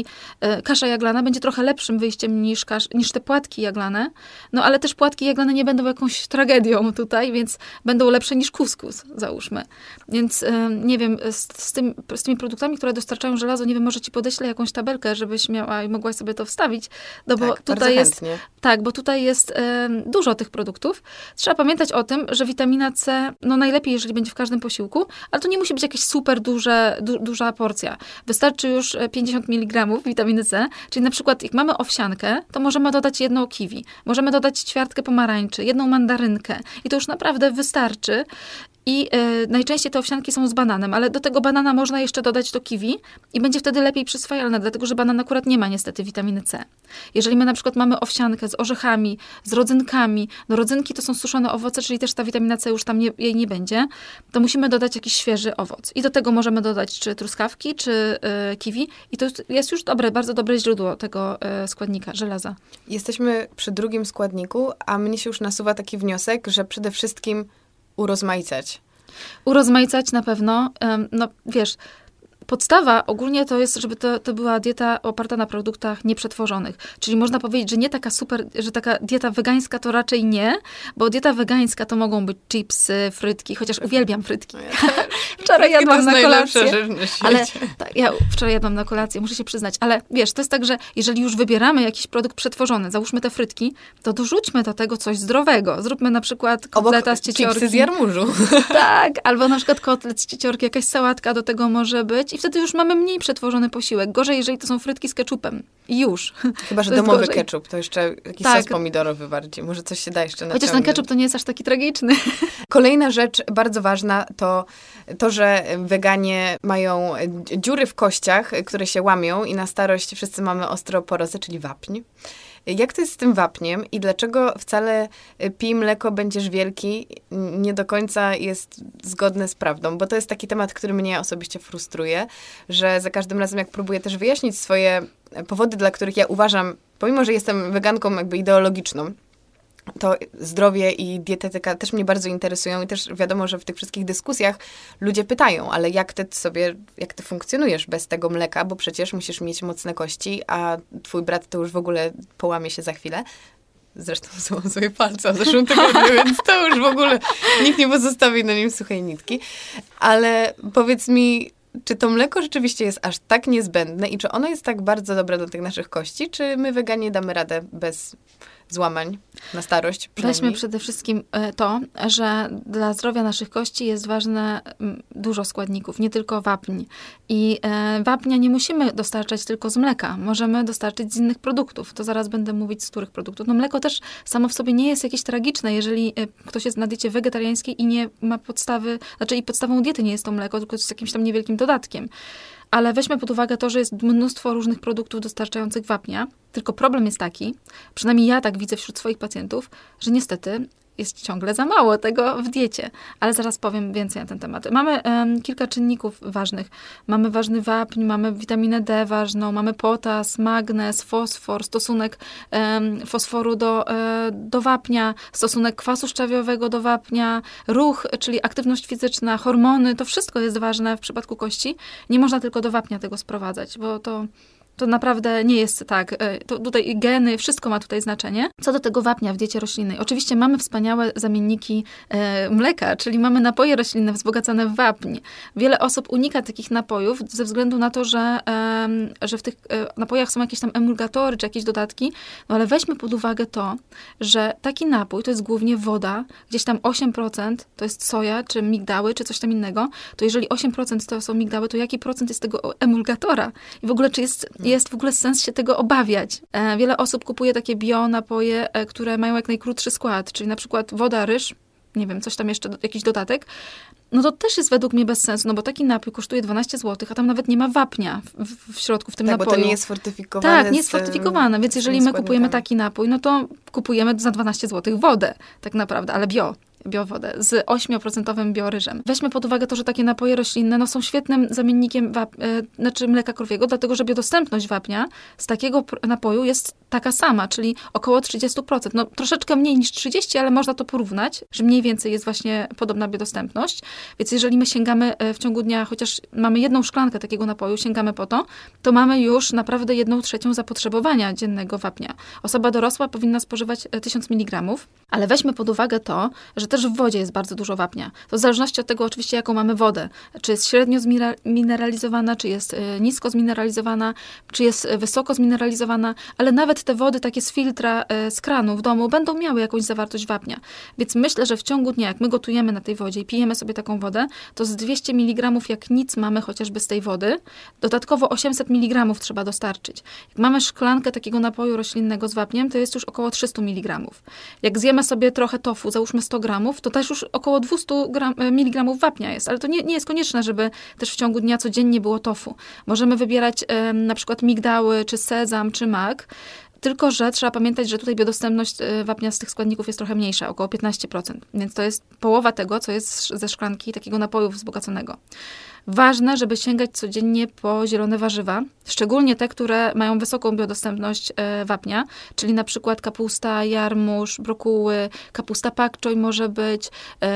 kasza jaglana będzie trochę lepszym wyjściem niż te płatki jaglane. No ale też płatki jaglane nie będą jakąś tragedią tutaj, więc będą lepsze niż kuskus, załóżmy. Więc nie wiem, z tymi produktami, które dostarczają żelazo, nie wiem, może ci podeślę jakąś tabelkę, żebyś miała i mogłaś sobie to wstawić. No bo tutaj jest... Tak, bo tutaj jest dużo tych produktów. Trzeba pamiętać o tym, że witamina C, no najlepiej, jeżeli będzie w każdym posiłku, ale to nie musi być jakaś super duża porcja. Wystarczy już 50 mg witaminy C, czyli na przykład jak mamy owsiankę, to możemy dodać 1 kiwi, możemy dodać ćwiartkę pomarańczy, 1 mandarynkę i to już naprawdę wystarczy. I najczęściej te owsianki są z bananem, ale do tego banana można jeszcze dodać to kiwi i będzie wtedy lepiej przyswajalne, dlatego że banan akurat nie ma niestety witaminy C. Jeżeli my na przykład mamy owsiankę z orzechami, z rodzynkami, no rodzynki to są suszone owoce, czyli też ta witamina C już tam jej nie będzie, to musimy dodać jakiś świeży owoc. I do tego możemy dodać czy truskawki, czy kiwi i to jest już bardzo dobre źródło tego składnika, żelaza. Jesteśmy przy drugim składniku, a mnie się już nasuwa taki wniosek, że przede wszystkim urozmaicać. Urozmaicać na pewno. No wiesz, podstawa ogólnie to jest, żeby to była dieta oparta na produktach nieprzetworzonych. Czyli można powiedzieć, że nie taka super, że taka dieta wegańska to raczej nie, bo dieta wegańska to mogą być chipsy, frytki, chociaż uwielbiam frytki. Wczoraj jadłam na kolację. Ale ja wczoraj jadłam na kolację, muszę się przyznać. Ale wiesz, to jest tak, że jeżeli już wybieramy jakiś produkt przetworzony, załóżmy te frytki, to dorzućmy do tego coś zdrowego. Zróbmy na przykład kotleta z cieciorki. Chipsy z jarmużu. Tak, albo na przykład kotlet z cieciorki, jakaś sałatka do tego może być. I wtedy już mamy mniej przetworzony posiłek. Gorzej, jeżeli to są frytki z keczupem. I już. Chyba, że domowy keczup. To jeszcze jakiś sos pomidorowy bardziej. Może coś się da jeszcze naciągnąć. Chociaż ten keczup to nie jest aż taki tragiczny. Kolejna rzecz bardzo ważna to, że weganie mają dziury w kościach, które się łamią i na starość wszyscy mamy osteoporozę, czyli wapń. Jak to jest z tym wapniem i dlaczego wcale pij mleko, będziesz wielki nie do końca jest zgodne z prawdą? Bo to jest taki temat, który mnie osobiście frustruje, że za każdym razem jak próbuję też wyjaśnić swoje powody, dla których ja uważam, pomimo że jestem weganką jakby ideologiczną, to zdrowie i dietetyka też mnie bardzo interesują i też wiadomo, że w tych wszystkich dyskusjach ludzie pytają, ale jak ty funkcjonujesz bez tego mleka, bo przecież musisz mieć mocne kości, a twój brat to już w ogóle połamie się za chwilę. Zresztą złamał sobie palce w zeszłym tygodniu, więc to już w ogóle nikt nie pozostawi na nim suchej nitki. Ale powiedz mi, czy to mleko rzeczywiście jest aż tak niezbędne i czy ono jest tak bardzo dobre do tych naszych kości, czy my weganie damy radę bez złamań na starość? Weźmy przede wszystkim to, że dla zdrowia naszych kości jest ważne dużo składników, nie tylko wapń. I wapnia nie musimy dostarczać tylko z mleka. Możemy dostarczyć z innych produktów. To zaraz będę mówić, z których produktów. No mleko też samo w sobie nie jest jakieś tragiczne, jeżeli ktoś jest na diecie wegetariańskiej i nie ma podstawy, znaczy i podstawą diety nie jest to mleko, tylko z jakimś tam niewielkim dodatkiem. ale weźmy pod uwagę to, że jest mnóstwo różnych produktów dostarczających wapnia. Tylko problem jest taki, przynajmniej ja tak widzę wśród swoich pacjentów, że niestety jest ciągle za mało tego w diecie. Ale zaraz powiem więcej na ten temat. Mamy kilka czynników ważnych. Mamy ważny wapń, mamy witaminę D ważną, mamy potas, magnez, fosfor, stosunek fosforu do wapnia, stosunek kwasu szczawiowego do wapnia, ruch, czyli aktywność fizyczna, hormony, to wszystko jest ważne w przypadku kości. Nie można tylko do wapnia tego sprowadzać, bo to naprawdę nie jest tak. To tutaj geny, wszystko ma tutaj znaczenie. Co do tego wapnia w diecie roślinnej. Oczywiście mamy wspaniałe zamienniki mleka, czyli mamy napoje roślinne wzbogacane w wapń. Wiele osób unika takich napojów ze względu na to, że w tych napojach są jakieś tam emulgatory czy jakieś dodatki, no ale weźmy pod uwagę to, że taki napój to jest głównie woda, gdzieś tam 8% to jest soja, czy migdały, czy coś tam innego, to jeżeli 8% to są migdały, to jaki procent jest tego emulgatora? I w ogóle czy jest w ogóle sens się tego obawiać. Wiele osób kupuje takie bio napoje, które mają jak najkrótszy skład, czyli na przykład woda, ryż, nie wiem, coś tam jeszcze, jakiś dodatek. No to też jest według mnie bez sensu, no bo taki napój kosztuje 12 zł, a tam nawet nie ma wapnia w środku, w tym napoju. Tak, bo to nie jest fortyfikowane. Tak, nie jest fortyfikowane, więc jeżeli my kupujemy taki napój, no to kupujemy za 12 zł wodę, tak naprawdę, ale biowodę z 8% bioryżem. Weźmy pod uwagę to, że takie napoje roślinne no, są świetnym zamiennikiem mleka krowiego, dlatego że biodostępność wapnia z takiego napoju jest taka sama, czyli około 30%. No troszeczkę mniej niż 30%, ale można to porównać, że mniej więcej jest właśnie podobna biodostępność. Więc jeżeli my sięgamy w ciągu dnia, chociaż mamy jedną szklankę takiego napoju, sięgamy po to mamy już naprawdę 1/3 zapotrzebowania dziennego wapnia. Osoba dorosła powinna spożywać 1000 mg, ale weźmy pod uwagę to, że też w wodzie jest bardzo dużo wapnia. To w zależności od tego oczywiście, jaką mamy wodę. Czy jest średnio zmineralizowana, czy jest nisko zmineralizowana, czy jest wysoko zmineralizowana, ale nawet te wody takie z filtra, z kranu w domu będą miały jakąś zawartość wapnia. Więc myślę, że w ciągu dnia, jak my gotujemy na tej wodzie i pijemy sobie taką wodę, to z 200 mg jak nic mamy chociażby z tej wody. Dodatkowo 800 mg trzeba dostarczyć. Jak mamy szklankę takiego napoju roślinnego z wapniem, to jest już około 300 mg. Jak zjemy sobie trochę tofu, załóżmy 100 gramów, to też już około 200 mg wapnia jest. Ale to nie jest konieczne, żeby też w ciągu dnia codziennie było tofu. Możemy wybierać na przykład migdały, czy sezam, czy mak. Tylko że trzeba pamiętać, że tutaj biodostępność wapnia z tych składników jest trochę mniejsza, około 15%. Więc to jest połowa tego, co jest ze szklanki takiego napoju wzbogaconego. Ważne, żeby sięgać codziennie po zielone warzywa, szczególnie te, które mają wysoką biodostępność wapnia, czyli na przykład kapusta, jarmuż, brokuły, kapusta pak choi może być.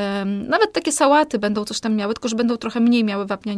Nawet takie sałaty będą coś tam miały, tylko że będą trochę mniej miały wapnia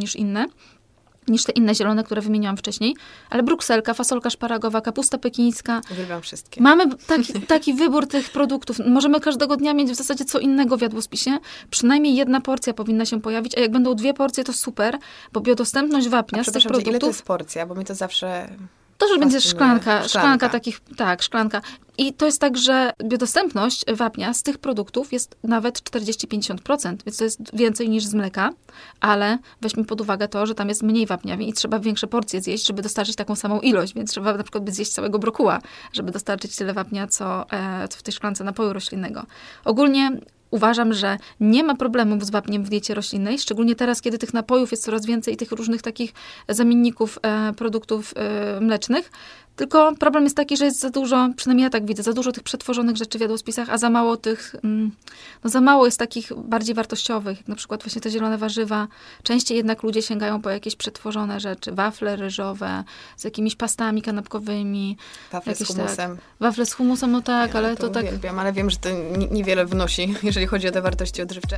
niż te inne zielone, które wymieniłam wcześniej. Ale brukselka, fasolka szparagowa, kapusta pekińska. Uwielbiam wszystkie. Mamy taki wybór tych produktów. Możemy każdego dnia mieć w zasadzie co innego w jadłospisie. Przynajmniej jedna porcja powinna się pojawić, a jak będą 2 porcje, to super, bo biodostępność wapnia z tych produktów... ile to jest porcja? Bo mi to zawsze... To już będzie szklanka takich, tak, szklanka. I to jest tak, że biodostępność wapnia z tych produktów jest nawet 40-50%, więc to jest więcej niż z mleka, ale weźmy pod uwagę to, że tam jest mniej wapnia i trzeba większe porcje zjeść, żeby dostarczyć taką samą ilość, więc trzeba na przykład zjeść całego brokuła, żeby dostarczyć tyle wapnia, co w tej szklance napoju roślinnego. Ogólnie uważam, że nie ma problemów z wapniem w diecie roślinnej, szczególnie teraz, kiedy tych napojów jest coraz więcej i tych różnych takich zamienników produktów mlecznych. Tylko problem jest taki, że jest za dużo, przynajmniej ja tak widzę, za dużo tych przetworzonych rzeczy w jadłospisach, a za mało tych, za mało jest takich bardziej wartościowych, jak na przykład właśnie te zielone warzywa. Częściej jednak ludzie sięgają po jakieś przetworzone rzeczy, wafle ryżowe, z jakimiś pastami kanapkowymi. Wafle z humusem. Wafle z humusem, no tak, ale to tak... Uwielbiam, ale wiem, że to niewiele wnosi, jeżeli chodzi o te wartości odżywcze.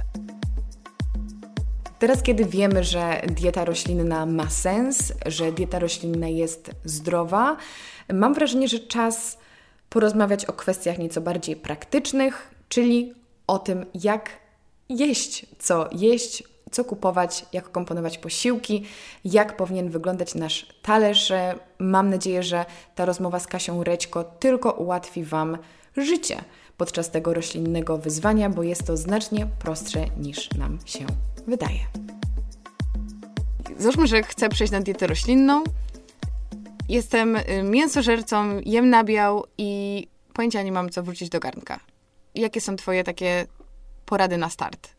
Teraz, kiedy wiemy, że dieta roślinna ma sens, że dieta roślinna jest zdrowa, mam wrażenie, że czas porozmawiać o kwestiach nieco bardziej praktycznych, czyli o tym, jak jeść, co kupować, jak komponować posiłki, jak powinien wyglądać nasz talerz. Mam nadzieję, że ta rozmowa z Kasią Rećko tylko ułatwi Wam życie podczas tego roślinnego wyzwania, bo jest to znacznie prostsze niż nam się wydaje. Załóżmy, że chcę przejść na dietę roślinną. Jestem mięsożercą, jem nabiał i pojęcia nie mam, co wrócić do garnka. Jakie są Twoje takie porady na start?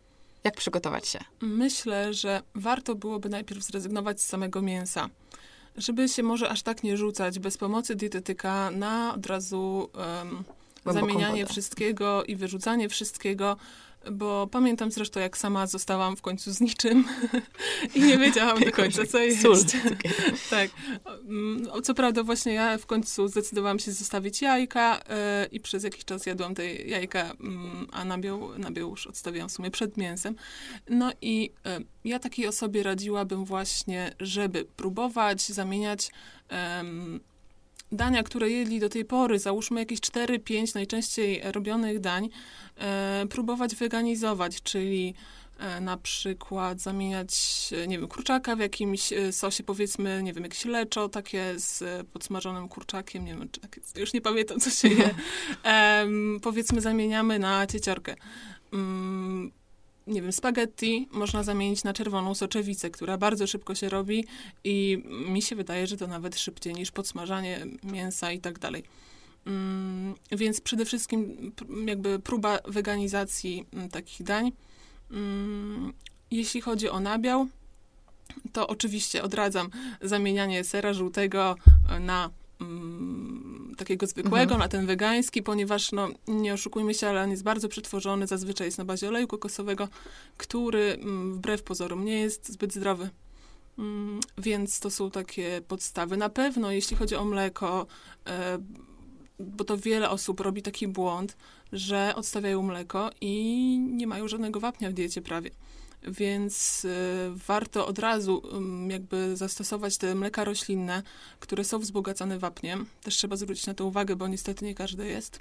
Jak przygotować się? Myślę, że warto byłoby najpierw zrezygnować z samego mięsa, żeby się może aż tak nie rzucać bez pomocy dietetyka na od razu zamienianie wszystkiego i wyrzucanie wszystkiego, bo pamiętam zresztą, jak sama zostałam w końcu z niczym i nie wiedziałam do końca, co jeść. Tak. Co prawda właśnie ja w końcu zdecydowałam się zostawić jajka i przez jakiś czas jadłam te jajka, a nabiał już odstawiałam w sumie przed mięsem. No i ja takiej osobie radziłabym właśnie, żeby próbować zamieniać dania, które jedli do tej pory, załóżmy jakieś 4-5 najczęściej robionych dań, próbować weganizować, czyli na przykład zamieniać, nie wiem, kurczaka w jakimś sosie, powiedzmy, nie wiem, jakieś leczo, takie z podsmażonym kurczakiem, nie wiem, czy takie, już nie pamiętam, co się je. Powiedzmy, zamieniamy na cieciorkę. Nie wiem, spaghetti można zamienić na czerwoną soczewicę, która bardzo szybko się robi i mi się wydaje, że to nawet szybciej niż podsmażanie mięsa i tak dalej. Więc przede wszystkim jakby próba weganizacji takich dań. Jeśli chodzi o nabiał, to oczywiście odradzam zamienianie sera żółtego na takiego zwykłego, na ten wegański, ponieważ, no, nie oszukujmy się, ale on jest bardzo przetworzony, zazwyczaj jest na bazie oleju kokosowego, który wbrew pozorom nie jest zbyt zdrowy. Więc to są takie podstawy. Na pewno, jeśli chodzi o mleko, bo to wiele osób robi taki błąd, że odstawiają mleko i nie mają żadnego wapnia w diecie prawie. Więc warto od razu jakby zastosować te mleka roślinne, które są wzbogacane wapniem. Też trzeba zwrócić na to uwagę, bo niestety nie każde jest.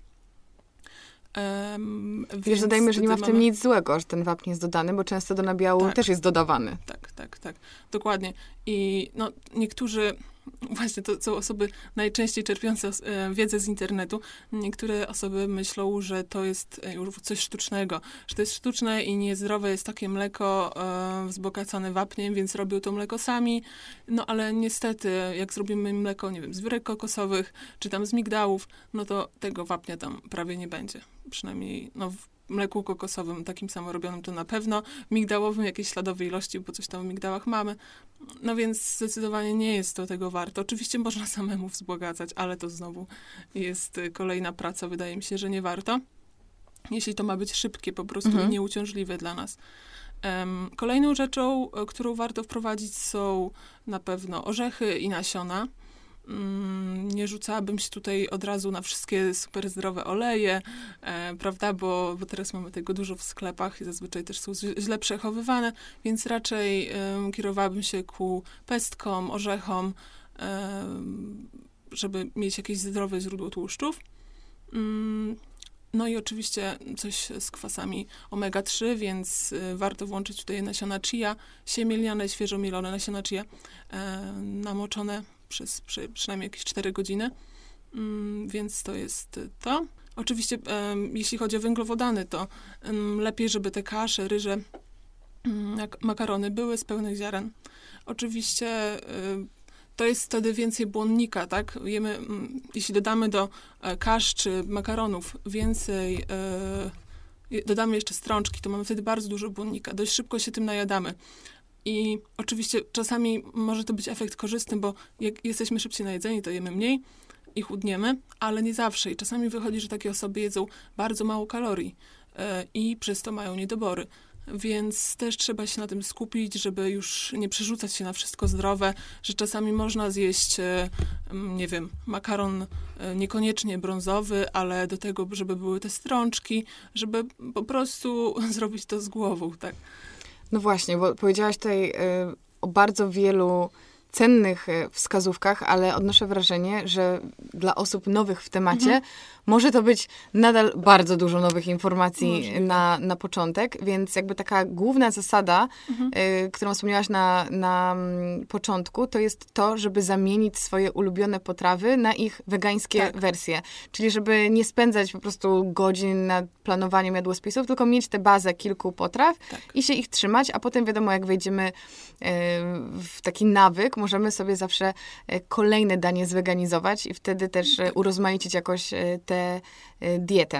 Wiesz, dodajmy, że nie ma w tym nic złego, że ten wapń jest dodany, bo często do nabiału też jest dodawany. Tak. Dokładnie. I no, niektórzy, właśnie to są osoby najczęściej czerpiące wiedzę z internetu, niektóre osoby myślą, że to jest już coś sztucznego, że to jest sztuczne i niezdrowe jest takie mleko wzbogacane wapniem, więc robią to mleko sami. No ale niestety, jak zrobimy mleko, nie wiem, z wiórek kokosowych, czy tam z migdałów, no to tego wapnia tam prawie nie będzie. Przynajmniej no, w mleku kokosowym, takim samorobionym to na pewno, migdałowym jakieś śladowe ilości, bo coś tam w migdałach mamy. No więc zdecydowanie nie jest to tego warto. Oczywiście można samemu wzbogacać, ale to znowu jest kolejna praca. Wydaje mi się, że nie warto. Jeśli to ma być szybkie po prostu i nieuciążliwe dla nas. Kolejną rzeczą, którą warto wprowadzić, są na pewno orzechy i nasiona. Nie rzucałabym się tutaj od razu na wszystkie super zdrowe oleje, prawda, bo teraz mamy tego dużo w sklepach i zazwyczaj też są źle przechowywane, więc raczej kierowałabym się ku pestkom, orzechom, żeby mieć jakieś zdrowe źródło tłuszczów. No i oczywiście coś z kwasami omega-3, więc warto włączyć tutaj nasiona chia, siemię lniane, świeżo mielone nasiona chia, namoczone przez przynajmniej jakieś 4 godziny, więc to jest to. Oczywiście, jeśli chodzi o węglowodany, to lepiej, żeby te kasze, ryże, jak makarony były z pełnych ziaren. Oczywiście to jest wtedy więcej błonnika, tak? Jemy, jeśli dodamy do kasz czy makaronów więcej, dodamy jeszcze strączki, to mamy wtedy bardzo dużo błonnika. Dość szybko się tym najadamy. I oczywiście czasami może to być efekt korzystny, bo jak jesteśmy szybciej najedzeni, to jemy mniej i chudniemy, ale nie zawsze. I czasami wychodzi, że takie osoby jedzą bardzo mało kalorii i przez to mają niedobory. Więc też trzeba się na tym skupić, żeby już nie przerzucać się na wszystko zdrowe, że czasami można zjeść, nie wiem, makaron niekoniecznie brązowy, ale do tego, żeby były te strączki, żeby po prostu zrobić to z głową, tak. No właśnie, bo powiedziałaś tutaj o bardzo wielu cennych wskazówkach, ale odnoszę wrażenie, że dla osób nowych w temacie może to być nadal bardzo dużo nowych informacji na początek, więc jakby taka główna zasada, którą wspomniałaś na początku, to jest to, żeby zamienić swoje ulubione potrawy na ich wegańskie wersje. Czyli żeby nie spędzać po prostu godzin nad planowaniem jadłospisów, tylko mieć tę bazę kilku potraw i się ich trzymać, a potem wiadomo, jak wejdziemy w taki nawyk, możemy sobie zawsze kolejne danie zweganizować i wtedy też urozmaicić jakoś tę dietę.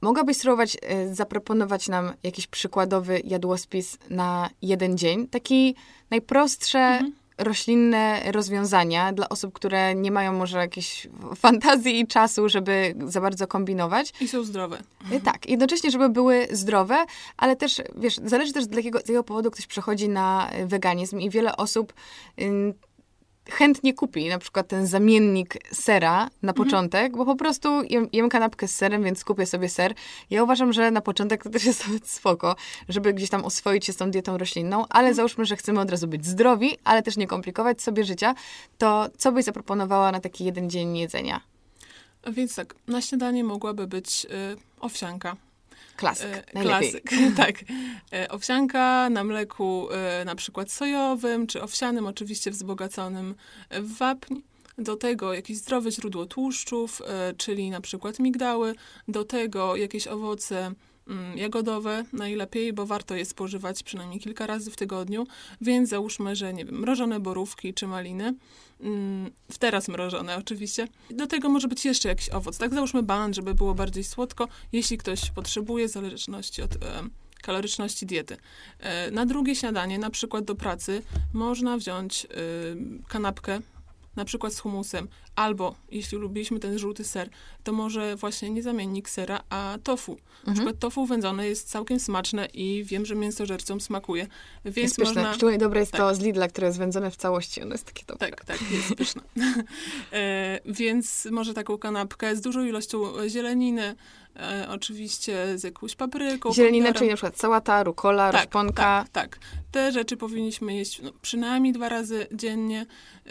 Mogłabyś spróbować zaproponować nam jakiś przykładowy jadłospis na jeden dzień? Taki najprostsze roślinne rozwiązania dla osób, które nie mają może jakiejś fantazji i czasu, żeby za bardzo kombinować. I są zdrowe. Tak, jednocześnie, żeby były zdrowe, ale też, wiesz, zależy też z jakiego powodu ktoś przechodzi na weganizm i wiele osób chętnie kupi na przykład ten zamiennik sera na początek, bo po prostu jem kanapkę z serem, więc kupię sobie ser. Ja uważam, że na początek to też jest nawet spoko, żeby gdzieś tam oswoić się z tą dietą roślinną, ale załóżmy, że chcemy od razu być zdrowi, ale też nie komplikować sobie życia, to co byś zaproponowała na taki jeden dzień jedzenia? Więc tak, na śniadanie mogłaby być owsianka. Klasyk, najlepiej. Klasyk, tak. Owsianka na mleku na przykład sojowym, czy owsianym, oczywiście wzbogaconym w wapń. Do tego jakieś zdrowe źródło tłuszczów, czyli na przykład migdały. Do tego jakieś owoce jagodowe najlepiej, bo warto je spożywać przynajmniej kilka razy w tygodniu. Więc załóżmy, że nie wiem, mrożone borówki czy maliny. Teraz mrożone oczywiście. Do tego może być jeszcze jakiś owoc, tak? Załóżmy banan, żeby było bardziej słodko, jeśli ktoś potrzebuje, w zależności od kaloryczności diety. Na drugie śniadanie, na przykład do pracy, można wziąć kanapkę, na przykład z humusem, albo jeśli lubiliśmy ten żółty ser, to może właśnie nie zamiennik sera, a tofu. Na przykład tofu wędzone jest całkiem smaczne i wiem, że mięsożercom smakuje. Więc jest pyszne. można... Szczególnie dobre jest to z Lidla, które jest wędzone w całości. Ono jest takie dobre. Tak, jest pyszne. Więc może taką kanapkę z dużą ilością zieleniny, oczywiście z jakąś papryką. Zielenina, pomidorem. czyli na przykład sałata, rukola, roszponka. Tak. Te rzeczy powinniśmy jeść przynajmniej 2 razy dziennie,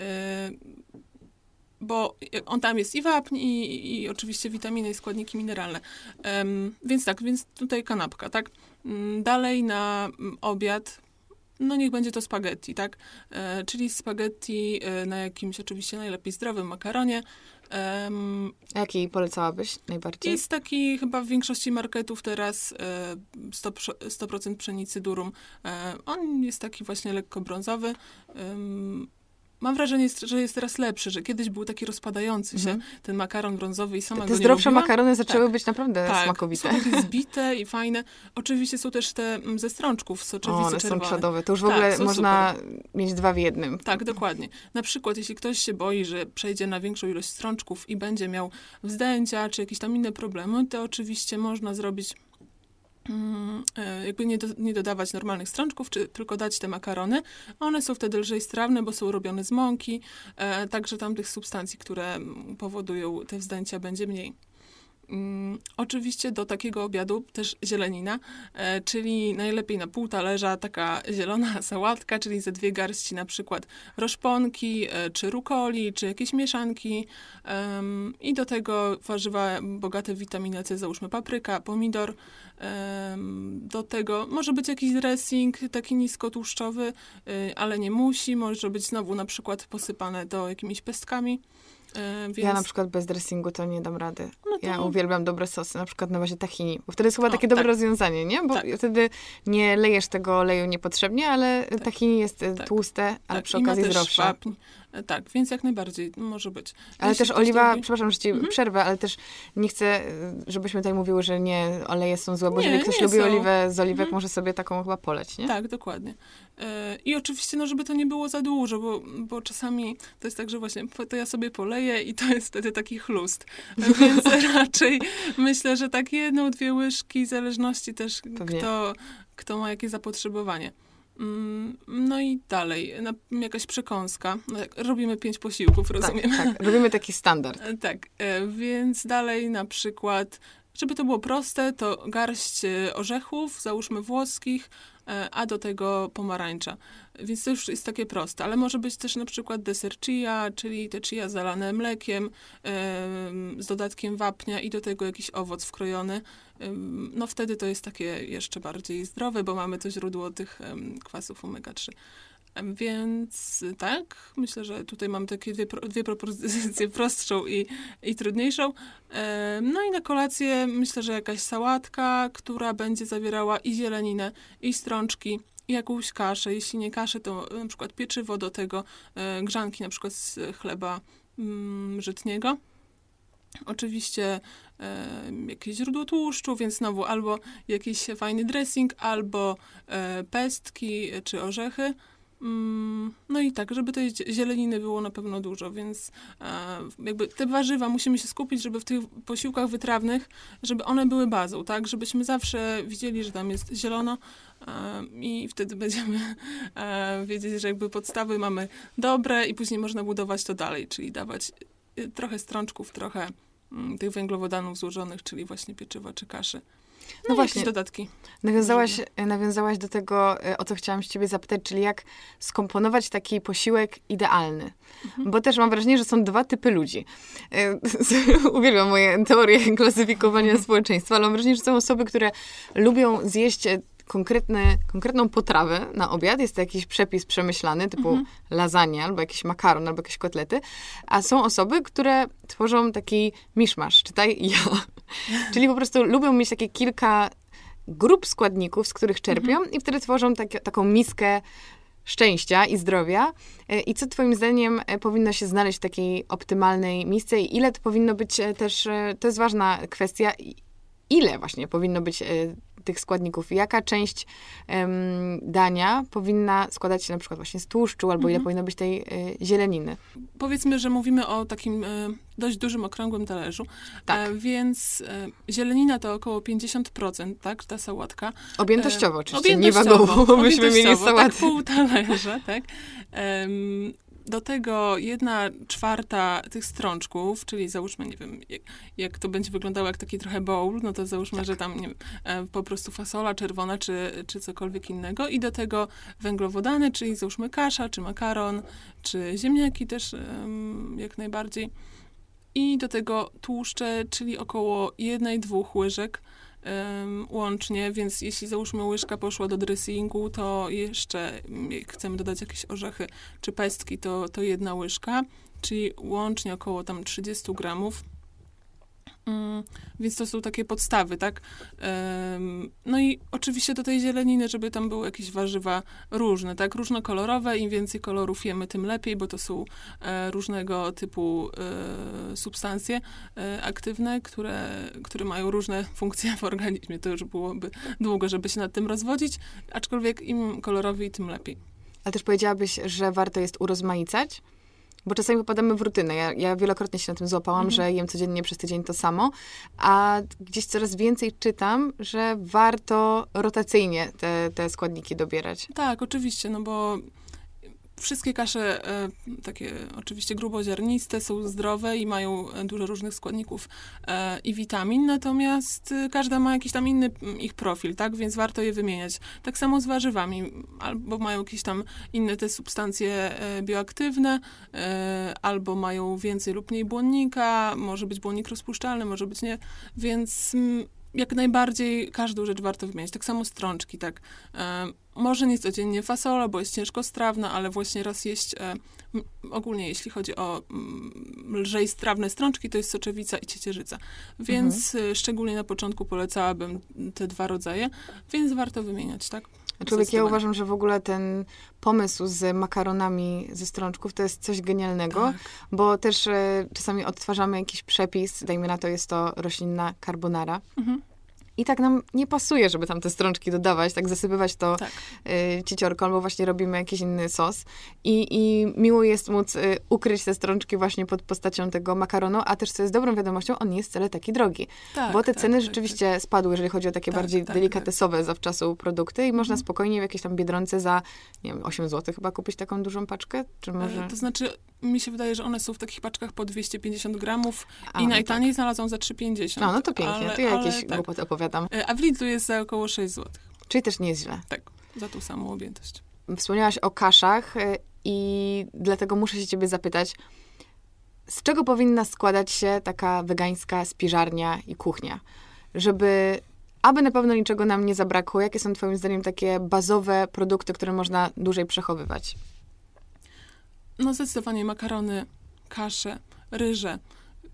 bo on tam jest i wapń, i oczywiście witaminy i składniki mineralne. Więc tutaj kanapka, tak? Dalej na obiad, no niech będzie to spaghetti, tak? Czyli spaghetti na jakimś oczywiście najlepiej zdrowym makaronie. A jaki polecałabyś najbardziej? Jest taki chyba w większości marketów teraz 100% pszenicy durum. On jest taki właśnie lekko brązowy. Mam wrażenie, że jest teraz lepszy, że kiedyś był taki rozpadający się, ten makaron brązowy i sama go nie lubiłam. Te zdrowsze makarony zaczęły być naprawdę smakowite. Są takie zbite i fajne. Oczywiście są też te ze strączków, soczewicy one czerwone. są czadowe. To już w ogóle można mieć 2 w jednym. Tak, dokładnie. Na przykład, jeśli ktoś się boi, że przejdzie na większą ilość strączków i będzie miał wzdęcia, czy jakieś tam inne problemy, to oczywiście można zrobić jakby nie dodawać normalnych strączków, czy tylko dać te makarony. One są wtedy lżej strawne, bo są robione z mąki, także tam tych substancji, które powodują te wzdęcia, będzie mniej. Oczywiście do takiego obiadu też zielenina, czyli najlepiej na pół talerza taka zielona sałatka, czyli ze 2 garści na przykład roszponki, czy rukoli, czy jakieś mieszanki i do tego warzywa bogate w witaminę C, załóżmy papryka, pomidor. Do tego może być jakiś dressing taki niskotłuszczowy, ale nie musi, może być znowu na przykład posypane to jakimiś pestkami. Więc... Ja na przykład bez dressingu to nie dam rady. No to... Ja uwielbiam dobre sosy, na przykład na bazie tahini, bo wtedy jest chyba takie dobre rozwiązanie, nie? Bo wtedy nie lejesz tego oleju niepotrzebnie, ale tahini jest tłuste, ale przy okazji zdrowsze. Wapń. Tak, więc jak najbardziej może być. Ale jeśli też oliwa, lubi... przepraszam, że ci przerwę, ale też nie chcę, żebyśmy tutaj mówiły, że nie, oleje są złe, bo jeżeli ktoś lubi oliwę z oliwek, może sobie taką chyba poleć, nie? Tak, dokładnie. I oczywiście, żeby to nie było za dużo, bo czasami to jest tak, że właśnie to ja sobie poleję i to jest wtedy taki chlust. Więc raczej myślę, że tak 1-2 łyżki, w zależności też kto ma jakie zapotrzebowanie. No i dalej, jakaś przekąska. Robimy 5 posiłków, rozumiem. Tak, robimy taki standard. Tak, więc dalej na przykład, żeby to było proste, to garść orzechów, załóżmy włoskich, a do tego pomarańcza. Więc to już jest takie proste, ale może być też na przykład deser chia, czyli te chia zalane mlekiem z dodatkiem wapnia i do tego jakiś owoc wkrojony. No wtedy to jest takie jeszcze bardziej zdrowe, bo mamy to źródło tych kwasów omega-3. Więc tak, myślę, że tutaj mam takie dwie propozycje, prostszą i trudniejszą. No i na kolację myślę, że jakaś sałatka, która będzie zawierała i zieleninę, i strączki, i jakąś kaszę. Jeśli nie kaszę, to na przykład pieczywo, do tego grzanki na przykład z chleba żytniego. Oczywiście jakieś źródło tłuszczu, więc znowu albo jakiś fajny dressing, albo pestki czy orzechy. No i tak, żeby tej zieleniny było na pewno dużo, więc jakby te warzywa musimy się skupić, żeby w tych posiłkach wytrawnych, żeby one były bazą, tak? Żebyśmy zawsze widzieli, że tam jest zielono i wtedy będziemy wiedzieć, że jakby podstawy mamy dobre i później można budować to dalej, czyli dawać trochę strączków, trochę tych węglowodanów złożonych, czyli właśnie pieczywa czy kaszy. No właśnie, dodatki. Nawiązałaś do tego, o co chciałam się ciebie zapytać, czyli jak skomponować taki posiłek idealny. Bo też mam wrażenie, że są dwa typy ludzi. Uwielbiam moje teorie klasyfikowania społeczeństwa, ale mam wrażenie, że są osoby, które lubią zjeść konkretną potrawę na obiad. Jest to jakiś przepis przemyślany, typu lasagna, albo jakiś makaron, albo jakieś kotlety. A są osoby, które tworzą taki miszmasz, czytaj ja. Czyli po prostu lubią mieć takie kilka grup składników, z których czerpią i wtedy tworzą taką miskę szczęścia i zdrowia. I co twoim zdaniem powinno się znaleźć w takiej optymalnej misce i ile to powinno być też, to jest ważna kwestia, ile właśnie powinno być tych składników. Jaka część dania powinna składać się na przykład właśnie z tłuszczu, albo ile powinno być tej zieleniny. Powiedzmy, że mówimy o takim dość dużym, okrągłym talerzu. Tak. Więc zielenina to około 50%, tak? Ta sałatka. Objętościowo oczywiście, nie wagowo, bo byśmy mieli sałatę. Tak, pół talerza, tak? Do tego 1/4 tych strączków, czyli załóżmy, nie wiem, jak to będzie wyglądało jak taki trochę bowl, no to załóżmy, że tam nie wiem, po prostu fasola czerwona, czy cokolwiek innego. I do tego węglowodany, czyli załóżmy kasza, czy makaron, czy ziemniaki też jak najbardziej. I do tego tłuszcze, czyli około 1-2 łyżek łącznie, więc jeśli załóżmy łyżka poszła do dressingu, to jeszcze jak chcemy dodać jakieś orzechy czy pestki, to 1 łyżka, czyli łącznie około tam 30 gramów. Więc to są takie podstawy, tak? No i oczywiście do tej zieleniny, żeby tam były jakieś warzywa różne, tak? Różnokolorowe. Im więcej kolorów jemy, tym lepiej, bo to są różnego typu substancje aktywne, które mają różne funkcje w organizmie. To już byłoby długo, żeby się nad tym rozwodzić, aczkolwiek im kolorowiej, tym lepiej. Ale też powiedziałabyś, że warto jest urozmaicać? Bo czasami popadamy w rutynę. Ja wielokrotnie się na tym złapałam, że jem codziennie przez tydzień to samo, a gdzieś coraz więcej czytam, że warto rotacyjnie te składniki dobierać. Tak, oczywiście, no bo wszystkie kasze takie oczywiście gruboziarniste są zdrowe i mają dużo różnych składników i witamin, natomiast każda ma jakiś tam inny ich profil, tak? Więc warto je wymieniać. Tak samo z warzywami, albo mają jakieś tam inne te substancje bioaktywne, albo mają więcej lub mniej błonnika, może być błonnik rozpuszczalny, może być nie, więc jak najbardziej każdą rzecz warto wymieniać. Tak samo strączki, tak. Może nie codziennie fasola, bo jest ciężkostrawna, ale właśnie raz jeść, ogólnie jeśli chodzi o lżej strawne strączki, to jest soczewica i ciecierzyca. Więc szczególnie na początku polecałabym te 2 rodzaje, więc warto wymieniać, tak? Ja uważam, że w ogóle ten pomysł z makaronami ze strączków to jest coś genialnego, bo też czasami odtwarzamy jakiś przepis, dajmy na to, jest to roślinna carbonara. I tak nam nie pasuje, żeby tam te strączki dodawać, tak zasypywać to cieciorką, albo właśnie robimy jakiś inny sos. I miło jest móc ukryć te strączki właśnie pod postacią tego makaronu, a też, co jest dobrą wiadomością, on nie jest wcale taki drogi. Bo te ceny rzeczywiście spadły, jeżeli chodzi o takie bardziej delikatesowe zawczasu produkty i można spokojnie w jakiejś tam Biedronce za, nie wiem, 8 zł chyba kupić taką dużą paczkę? Czy może... To znaczy, mi się wydaje, że one są w takich paczkach po 250 gramów i najtaniej znalazłam za 3,50. No to pięknie, to ja jakieś głupoty opowiadam. A w Lidlu jest za około 6 zł. Czyli też nie jest źle. Tak, za tą samą objętość. Wspomniałaś o kaszach i dlatego muszę się ciebie zapytać, z czego powinna składać się taka wegańska spiżarnia i kuchnia? Aby na pewno niczego nam nie zabrakło, jakie są twoim zdaniem takie bazowe produkty, które można dłużej przechowywać? No zdecydowanie makarony, kasze, ryże.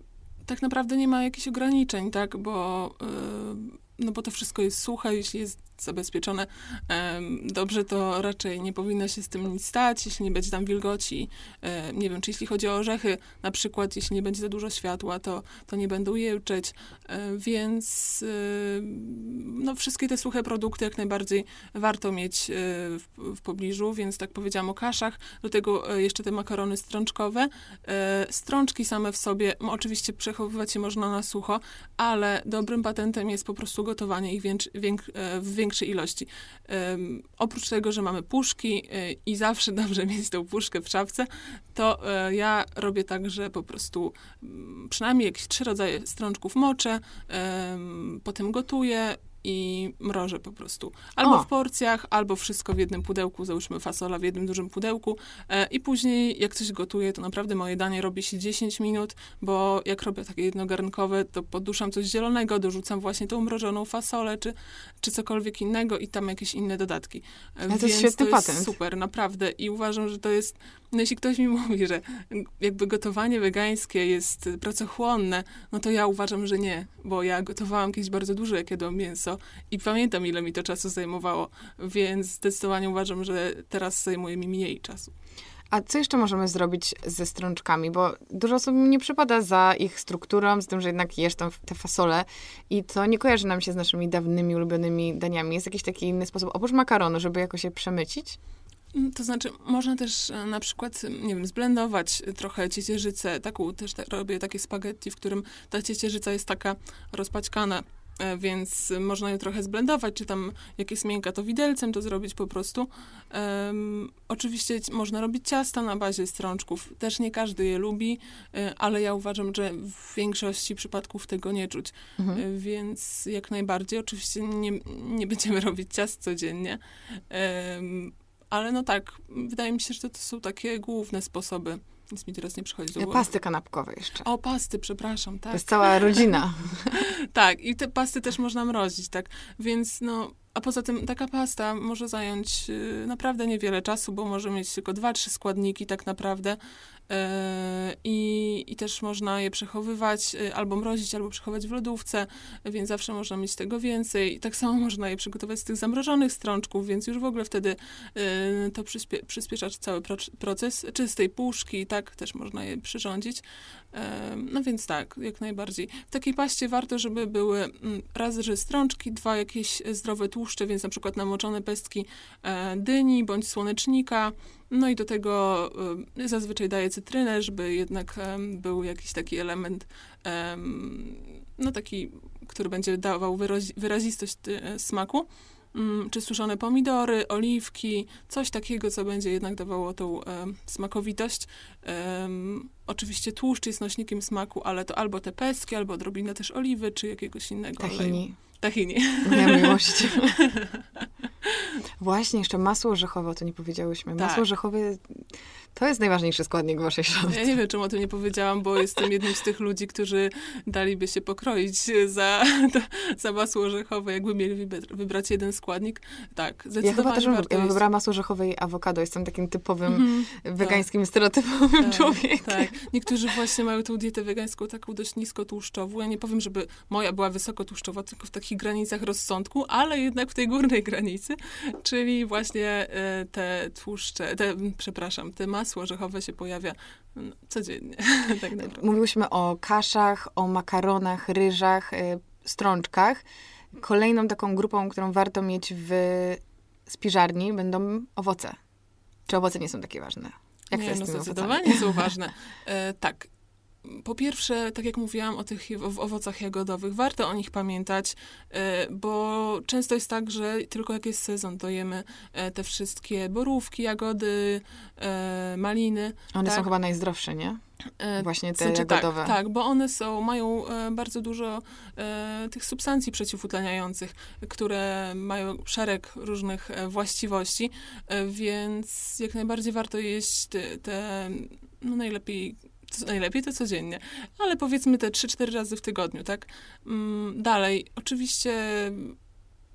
Tak naprawdę nie ma jakichś ograniczeń, tak? Bo to wszystko jest suche. Jeśli jest zabezpieczone dobrze, to raczej nie powinno się z tym nic stać, jeśli nie będzie tam wilgoci. Nie wiem, czy jeśli chodzi o orzechy, na przykład, jeśli nie będzie za dużo światła, to nie będą jełczeć, więc no, wszystkie te suche produkty jak najbardziej warto mieć w pobliżu, więc tak powiedziałam o kaszach, do tego jeszcze te makarony strączkowe. Strączki same w sobie, oczywiście przechowywać je można na sucho, ale dobrym patentem jest po prostu gotowanie ich w większej ilości. Oprócz tego, że mamy puszki i zawsze dobrze mieć tą puszkę w szafce, to ja robię tak, że po prostu przynajmniej jakieś 3 rodzaje strączków moczę, potem gotuję i mrożę po prostu. Albo w porcjach, albo wszystko w jednym pudełku, załóżmy fasola w jednym dużym pudełku i później jak coś gotuję, to naprawdę moje danie robi się 10 minut, bo jak robię takie jednogarnkowe, to podduszam coś zielonego, dorzucam właśnie tą mrożoną fasolę, czy cokolwiek innego i tam jakieś inne dodatki. To jest świetny patent. Super, naprawdę. I uważam, że to jest, no jeśli ktoś mi mówi, że jakby gotowanie wegańskie jest pracochłonne, no to ja uważam, że nie, bo ja gotowałam kiedyś bardzo dużo, jak jadłam mięso i pamiętam, ile mi to czasu zajmowało, więc zdecydowanie uważam, że teraz zajmuje mi mniej czasu. A co jeszcze możemy zrobić ze strączkami? Bo dużo osób nie przypada za ich strukturą, z tym, że jednak jesz tam te fasole i to nie kojarzy nam się z naszymi dawnymi, ulubionymi daniami. Jest jakiś taki inny sposób, oprócz makaronu, żeby jakoś je przemycić? To znaczy, można też na przykład, nie wiem, zblendować trochę ciecierzycę. Robię takie spaghetti, w którym ta ciecierzyca jest taka rozpaćkana, więc można ją trochę zblendować, czy tam jak jest miękka, to widelcem to zrobić po prostu. Oczywiście można robić ciasta na bazie strączków. Też nie każdy je lubi, ale ja uważam, że w większości przypadków tego nie czuć. Więc jak najbardziej. Oczywiście nie będziemy robić ciast codziennie, ale no tak, wydaje mi się, że to są takie główne sposoby. Nic mi teraz nie przychodzi do głowy. Pasty kanapkowe jeszcze. O, pasty, przepraszam, tak. To jest cała rodzina. Tak, i te pasty też można mrozić, tak. Więc no, a poza tym taka pasta może zająć naprawdę niewiele czasu, bo może mieć tylko 2-3 składniki tak naprawdę. I też można je przechowywać, albo mrozić, albo przechowywać w lodówce, więc zawsze można mieć tego więcej. I tak samo można je przygotować z tych zamrożonych strączków, więc już w ogóle wtedy to przyspiesza cały proces czystej puszki, tak, też można je przyrządzić. No więc tak, jak najbardziej. W takiej paście warto, żeby były raz, że strączki, 2 jakieś zdrowe tłuszcze, więc na przykład namoczone pestki dyni bądź słonecznika. No i do tego zazwyczaj daję cytrynę, żeby jednak był jakiś taki element, no taki, który będzie dawał wyrazistość smaku. Czy suszone pomidory, oliwki, coś takiego, co będzie jednak dawało tą smakowitość. Oczywiście tłuszcz jest nośnikiem smaku, ale to albo te pestki, albo odrobinę też oliwy, czy jakiegoś innego oleju. Tahini. Moja miłość. Właśnie, jeszcze masło orzechowe, o to nie powiedziałyśmy. Tak. Masło orzechowe to jest najważniejszy składnik w waszej szafce. Ja nie wiem, czemu o tym nie powiedziałam, bo jestem jednym z tych ludzi, którzy daliby się pokroić za masło orzechowe, jakby mieli wybrać jeden składnik. Tak, zdecydowanie. Ja bym wybrała masło orzechowe i awokado. Jestem takim typowym wegańskim, stereotypowym człowiekiem. Tak. Niektórzy właśnie mają tą dietę wegańską taką dość niskotłuszczową. Ja nie powiem, żeby moja była wysokotłuszczowa, tylko w takich granicach rozsądku, ale jednak w tej górnej granicy, czyli właśnie te tłuszcze, te masło orzechowe się pojawia codziennie. Tak naprawdę. Mówiłyśmy o kaszach, o makaronach, ryżach, strączkach. Kolejną taką grupą, którą warto mieć w spiżarni, będą owoce. Czy owoce nie są takie ważne? Jak to jest z tymi zdecydowanie są ważne. Tak. Po pierwsze, tak jak mówiłam o tych owocach jagodowych, warto o nich pamiętać, bo często jest tak, że tylko jak jest sezon, to jemy te wszystkie borówki, jagody, maliny. One tak? są chyba najzdrowsze, nie? Właśnie te jagodowe. Tak, bo one mają bardzo dużo tych substancji przeciwutleniających, które mają szereg różnych właściwości, więc jak najbardziej warto jeść te no najlepiej to codziennie, ale powiedzmy te 3-4 razy w tygodniu, tak? Dalej, oczywiście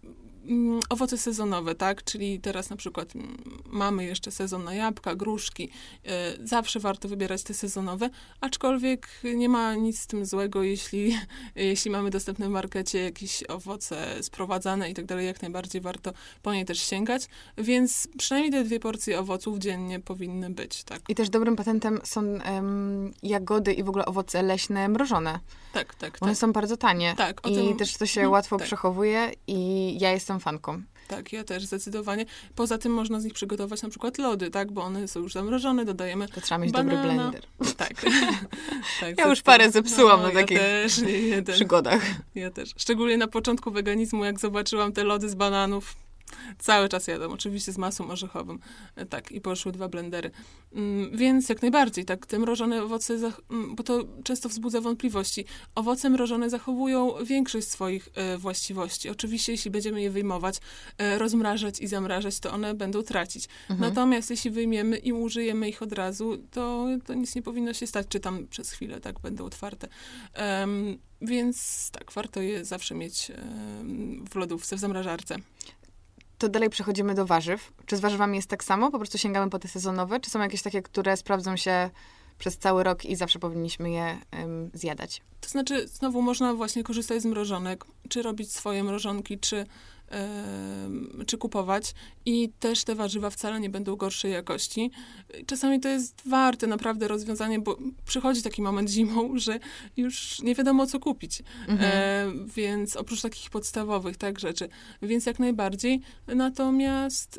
owoce sezonowe, tak? Czyli teraz na przykład mamy jeszcze sezon na jabłka, gruszki. Zawsze warto wybierać te sezonowe, aczkolwiek nie ma nic z tym złego, jeśli mamy dostępne w markecie jakieś owoce sprowadzane i tak dalej, jak najbardziej warto po nie też sięgać. Więc przynajmniej te 2 porcje owoców dziennie powinny być, tak? I też dobrym patentem są jagody i w ogóle owoce leśne mrożone. Tak. One są bardzo tanie. Tak, I też to się łatwo przechowuje i ja jestem fanką. Tak, ja też zdecydowanie. Poza tym można z nich przygotować na przykład lody, tak? Bo one są już zamrożone, dodajemy To trzeba mieć banana. dobry blender. Tak. Tak, Ja już parę zepsułam na takich też. przygodach. Ja też. Szczególnie na początku weganizmu, jak zobaczyłam te lody z bananów, cały czas jadę, oczywiście z masłem orzechowym. Tak, i poszły 2 blendery. Więc jak najbardziej, tak, te mrożone owoce, bo to często wzbudza wątpliwości. Owoce mrożone zachowują większość swoich właściwości. Oczywiście, jeśli będziemy je wyjmować, rozmrażać i zamrażać, to one będą tracić. Natomiast jeśli wyjmiemy i użyjemy ich od razu, to nic nie powinno się stać, czy tam przez chwilę, tak, będą otwarte. Więc tak, warto je zawsze mieć w lodówce, w zamrażarce. To dalej przechodzimy do warzyw. Czy z warzywami jest tak samo? Po prostu sięgamy po te sezonowe? Czy są jakieś takie, które sprawdzą się przez cały rok i zawsze powinniśmy je zjadać? To znaczy, znowu można właśnie korzystać z mrożonek, czy robić swoje mrożonki, czy kupować. I też te warzywa wcale nie będą gorszej jakości. Czasami to jest warte naprawdę rozwiązanie, bo przychodzi taki moment zimą, że już nie wiadomo, co kupić. Więc oprócz takich podstawowych rzeczy. Więc jak najbardziej. Natomiast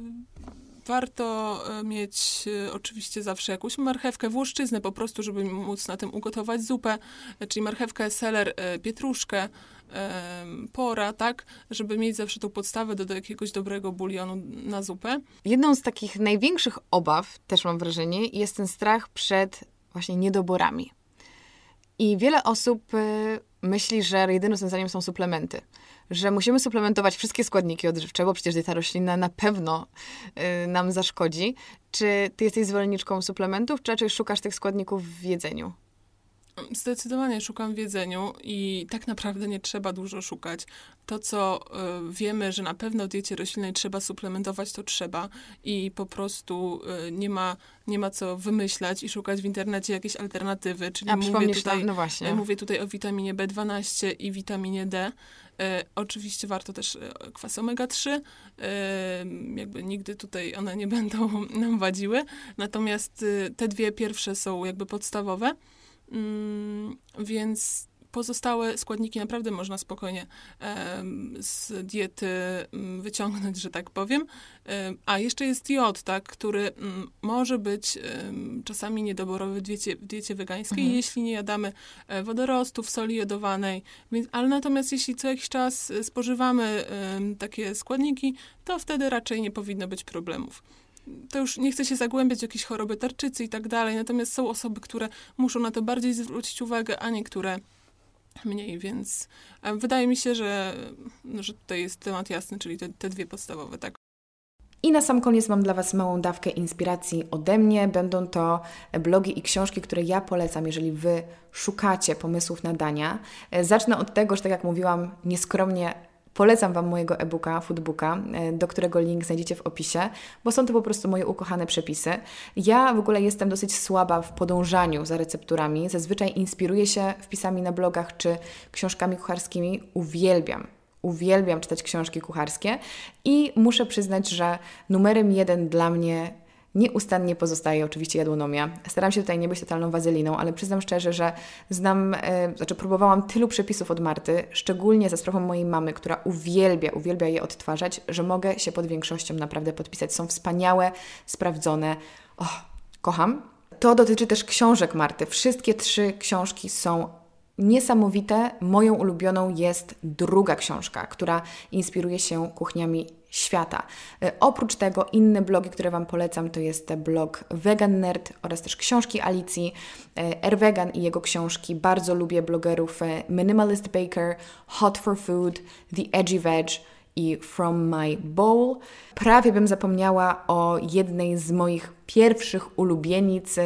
warto mieć oczywiście zawsze jakąś marchewkę, włoszczyznę po prostu, żeby móc na tym ugotować zupę, czyli marchewkę, seler, pietruszkę, pora, tak, żeby mieć zawsze tą podstawę do jakiegoś dobrego bulionu na zupę. Jedną z takich największych obaw, też mam wrażenie, jest ten strach przed właśnie niedoborami. I wiele osób myśli, że jedynym rozwiązaniem są suplementy. Że musimy suplementować wszystkie składniki odżywcze, bo przecież dieta roślinna na pewno nam zaszkodzi. Czy ty jesteś zwolenniczką suplementów, czy raczej szukasz tych składników w jedzeniu? Zdecydowanie szukam w jedzeniu i tak naprawdę nie trzeba dużo szukać. To, co wiemy, że na pewno w diecie roślinnej trzeba suplementować, to trzeba i po prostu nie ma co wymyślać i szukać w internecie jakiejś alternatywy. Czyli mówię tutaj o witaminie B12 i witaminie D. Oczywiście warto też kwasy omega-3, jakby nigdy tutaj one nie będą nam wadziły, natomiast te 2 pierwsze są jakby podstawowe, więc pozostałe składniki naprawdę można spokojnie z diety wyciągnąć, że tak powiem. A jeszcze jest jod, tak, który może być czasami niedoborowy w diecie wegańskiej, jeśli nie jadamy wodorostów, soli jodowanej. Ale natomiast jeśli co jakiś czas spożywamy takie składniki, to wtedy raczej nie powinno być problemów. To już nie chcę się zagłębiać w jakieś choroby tarczycy i tak dalej, natomiast są osoby, które muszą na to bardziej zwrócić uwagę, a niektóre mniej, więc wydaje mi się, że tutaj jest temat jasny, czyli te 2 podstawowe, tak. I na sam koniec mam dla Was małą dawkę inspiracji ode mnie. Będą to blogi i książki, które ja polecam, jeżeli Wy szukacie pomysłów na dania. Zacznę od tego, że tak jak mówiłam, nieskromnie polecam Wam mojego e-booka, foodbooka, do którego link znajdziecie w opisie, bo są to po prostu moje ukochane przepisy. Ja w ogóle jestem dosyć słaba w podążaniu za recepturami. Zazwyczaj inspiruję się wpisami na blogach czy książkami kucharskimi. Uwielbiam czytać książki kucharskie i muszę przyznać, że numerem 1 dla mnie nieustannie pozostaje oczywiście jadłonomia. Staram się tutaj nie być totalną wazeliną, ale przyznam szczerze, że próbowałam tylu przepisów od Marty, szczególnie za sprawą mojej mamy, która uwielbia je odtwarzać, że mogę się pod większością naprawdę podpisać. Są wspaniałe, sprawdzone. Kocham. To dotyczy też książek Marty. Wszystkie 3 książki są niesamowite. Moją ulubioną jest druga książka, która inspiruje się kuchniami świata. Oprócz tego inne blogi, które Wam polecam, to jest blog Vegan Nerd oraz też książki Alicji, Ervegan i jego książki. Bardzo lubię blogerów Minimalist Baker, Hot for Food, The Edgy Veg i From My Bowl. Prawie bym zapomniała o jednej z moich pierwszych ulubienic,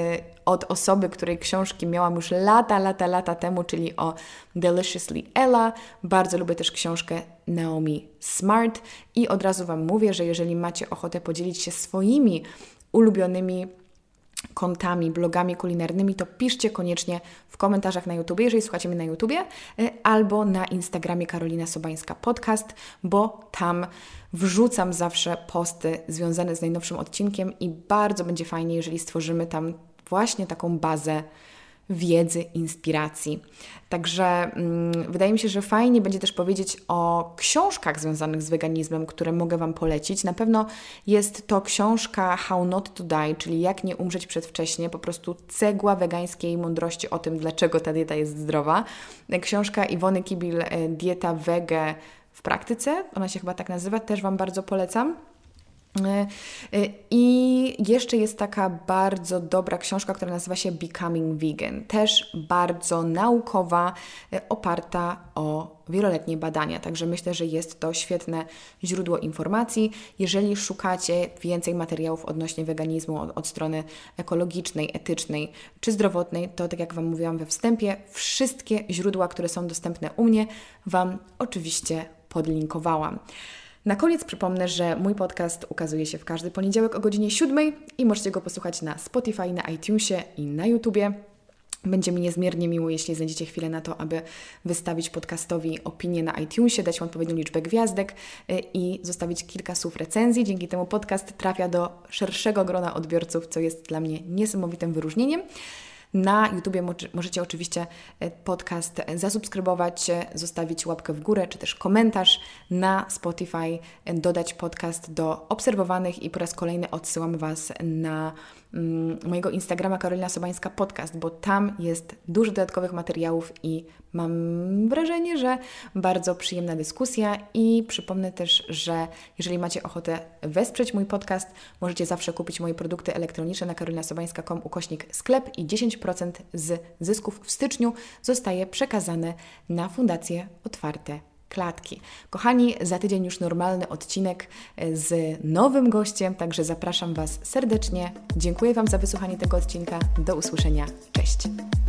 od osoby, której książki miałam już lata temu, czyli o Deliciously Ella. Bardzo lubię też książkę Naomi Smart i od razu Wam mówię, że jeżeli macie ochotę podzielić się swoimi ulubionymi kontami, blogami kulinarnymi, to piszcie koniecznie w komentarzach na YouTubie, jeżeli słuchacie mnie na YouTubie, albo na Instagramie Karolina Sobańska Podcast, bo tam wrzucam zawsze posty związane z najnowszym odcinkiem i bardzo będzie fajnie, jeżeli stworzymy tam właśnie taką bazę wiedzy, inspiracji. Także wydaje mi się, że fajnie będzie też powiedzieć o książkach związanych z weganizmem, które mogę Wam polecić. Na pewno jest to książka How Not to Die, czyli Jak nie umrzeć przedwcześnie, po prostu cegła wegańskiej mądrości o tym, dlaczego ta dieta jest zdrowa. Książka Iwony Kibil, Dieta Wege w praktyce, ona się chyba tak nazywa, też Wam bardzo polecam. I jeszcze jest taka bardzo dobra książka, która nazywa się Becoming Vegan. Też bardzo naukowa, oparta o wieloletnie badania. Także myślę, że jest to świetne źródło informacji. Jeżeli szukacie więcej materiałów odnośnie weganizmu od strony ekologicznej, etycznej czy zdrowotnej, to tak jak Wam mówiłam we wstępie, wszystkie źródła, które są dostępne u mnie, Wam oczywiście podlinkowałam. Na koniec przypomnę, że mój podcast ukazuje się w każdy poniedziałek o godzinie 7 i możecie go posłuchać na Spotify, na iTunesie i na YouTubie. Będzie mi niezmiernie miło, jeśli znajdziecie chwilę na to, aby wystawić podcastowi opinię na iTunesie, dać mu odpowiednią liczbę gwiazdek i zostawić kilka słów recenzji. Dzięki temu podcast trafia do szerszego grona odbiorców, co jest dla mnie niesamowitym wyróżnieniem. Na YouTubie możecie oczywiście podcast zasubskrybować, zostawić łapkę w górę, czy też komentarz. Na Spotify dodać podcast do obserwowanych i po raz kolejny odsyłam Was na mojego Instagrama Karolina Sobańska Podcast, bo tam jest dużo dodatkowych materiałów i mam wrażenie, że bardzo przyjemna dyskusja i przypomnę też, że jeżeli macie ochotę wesprzeć mój podcast, możecie zawsze kupić moje produkty elektroniczne na karolinasobańska.com/sklep i 10% z zysków w styczniu zostaje przekazane na Fundację Otwarte Klatki. Kochani, za tydzień już normalny odcinek z nowym gościem, także zapraszam Was serdecznie. Dziękuję Wam za wysłuchanie tego odcinka. Do usłyszenia. Cześć!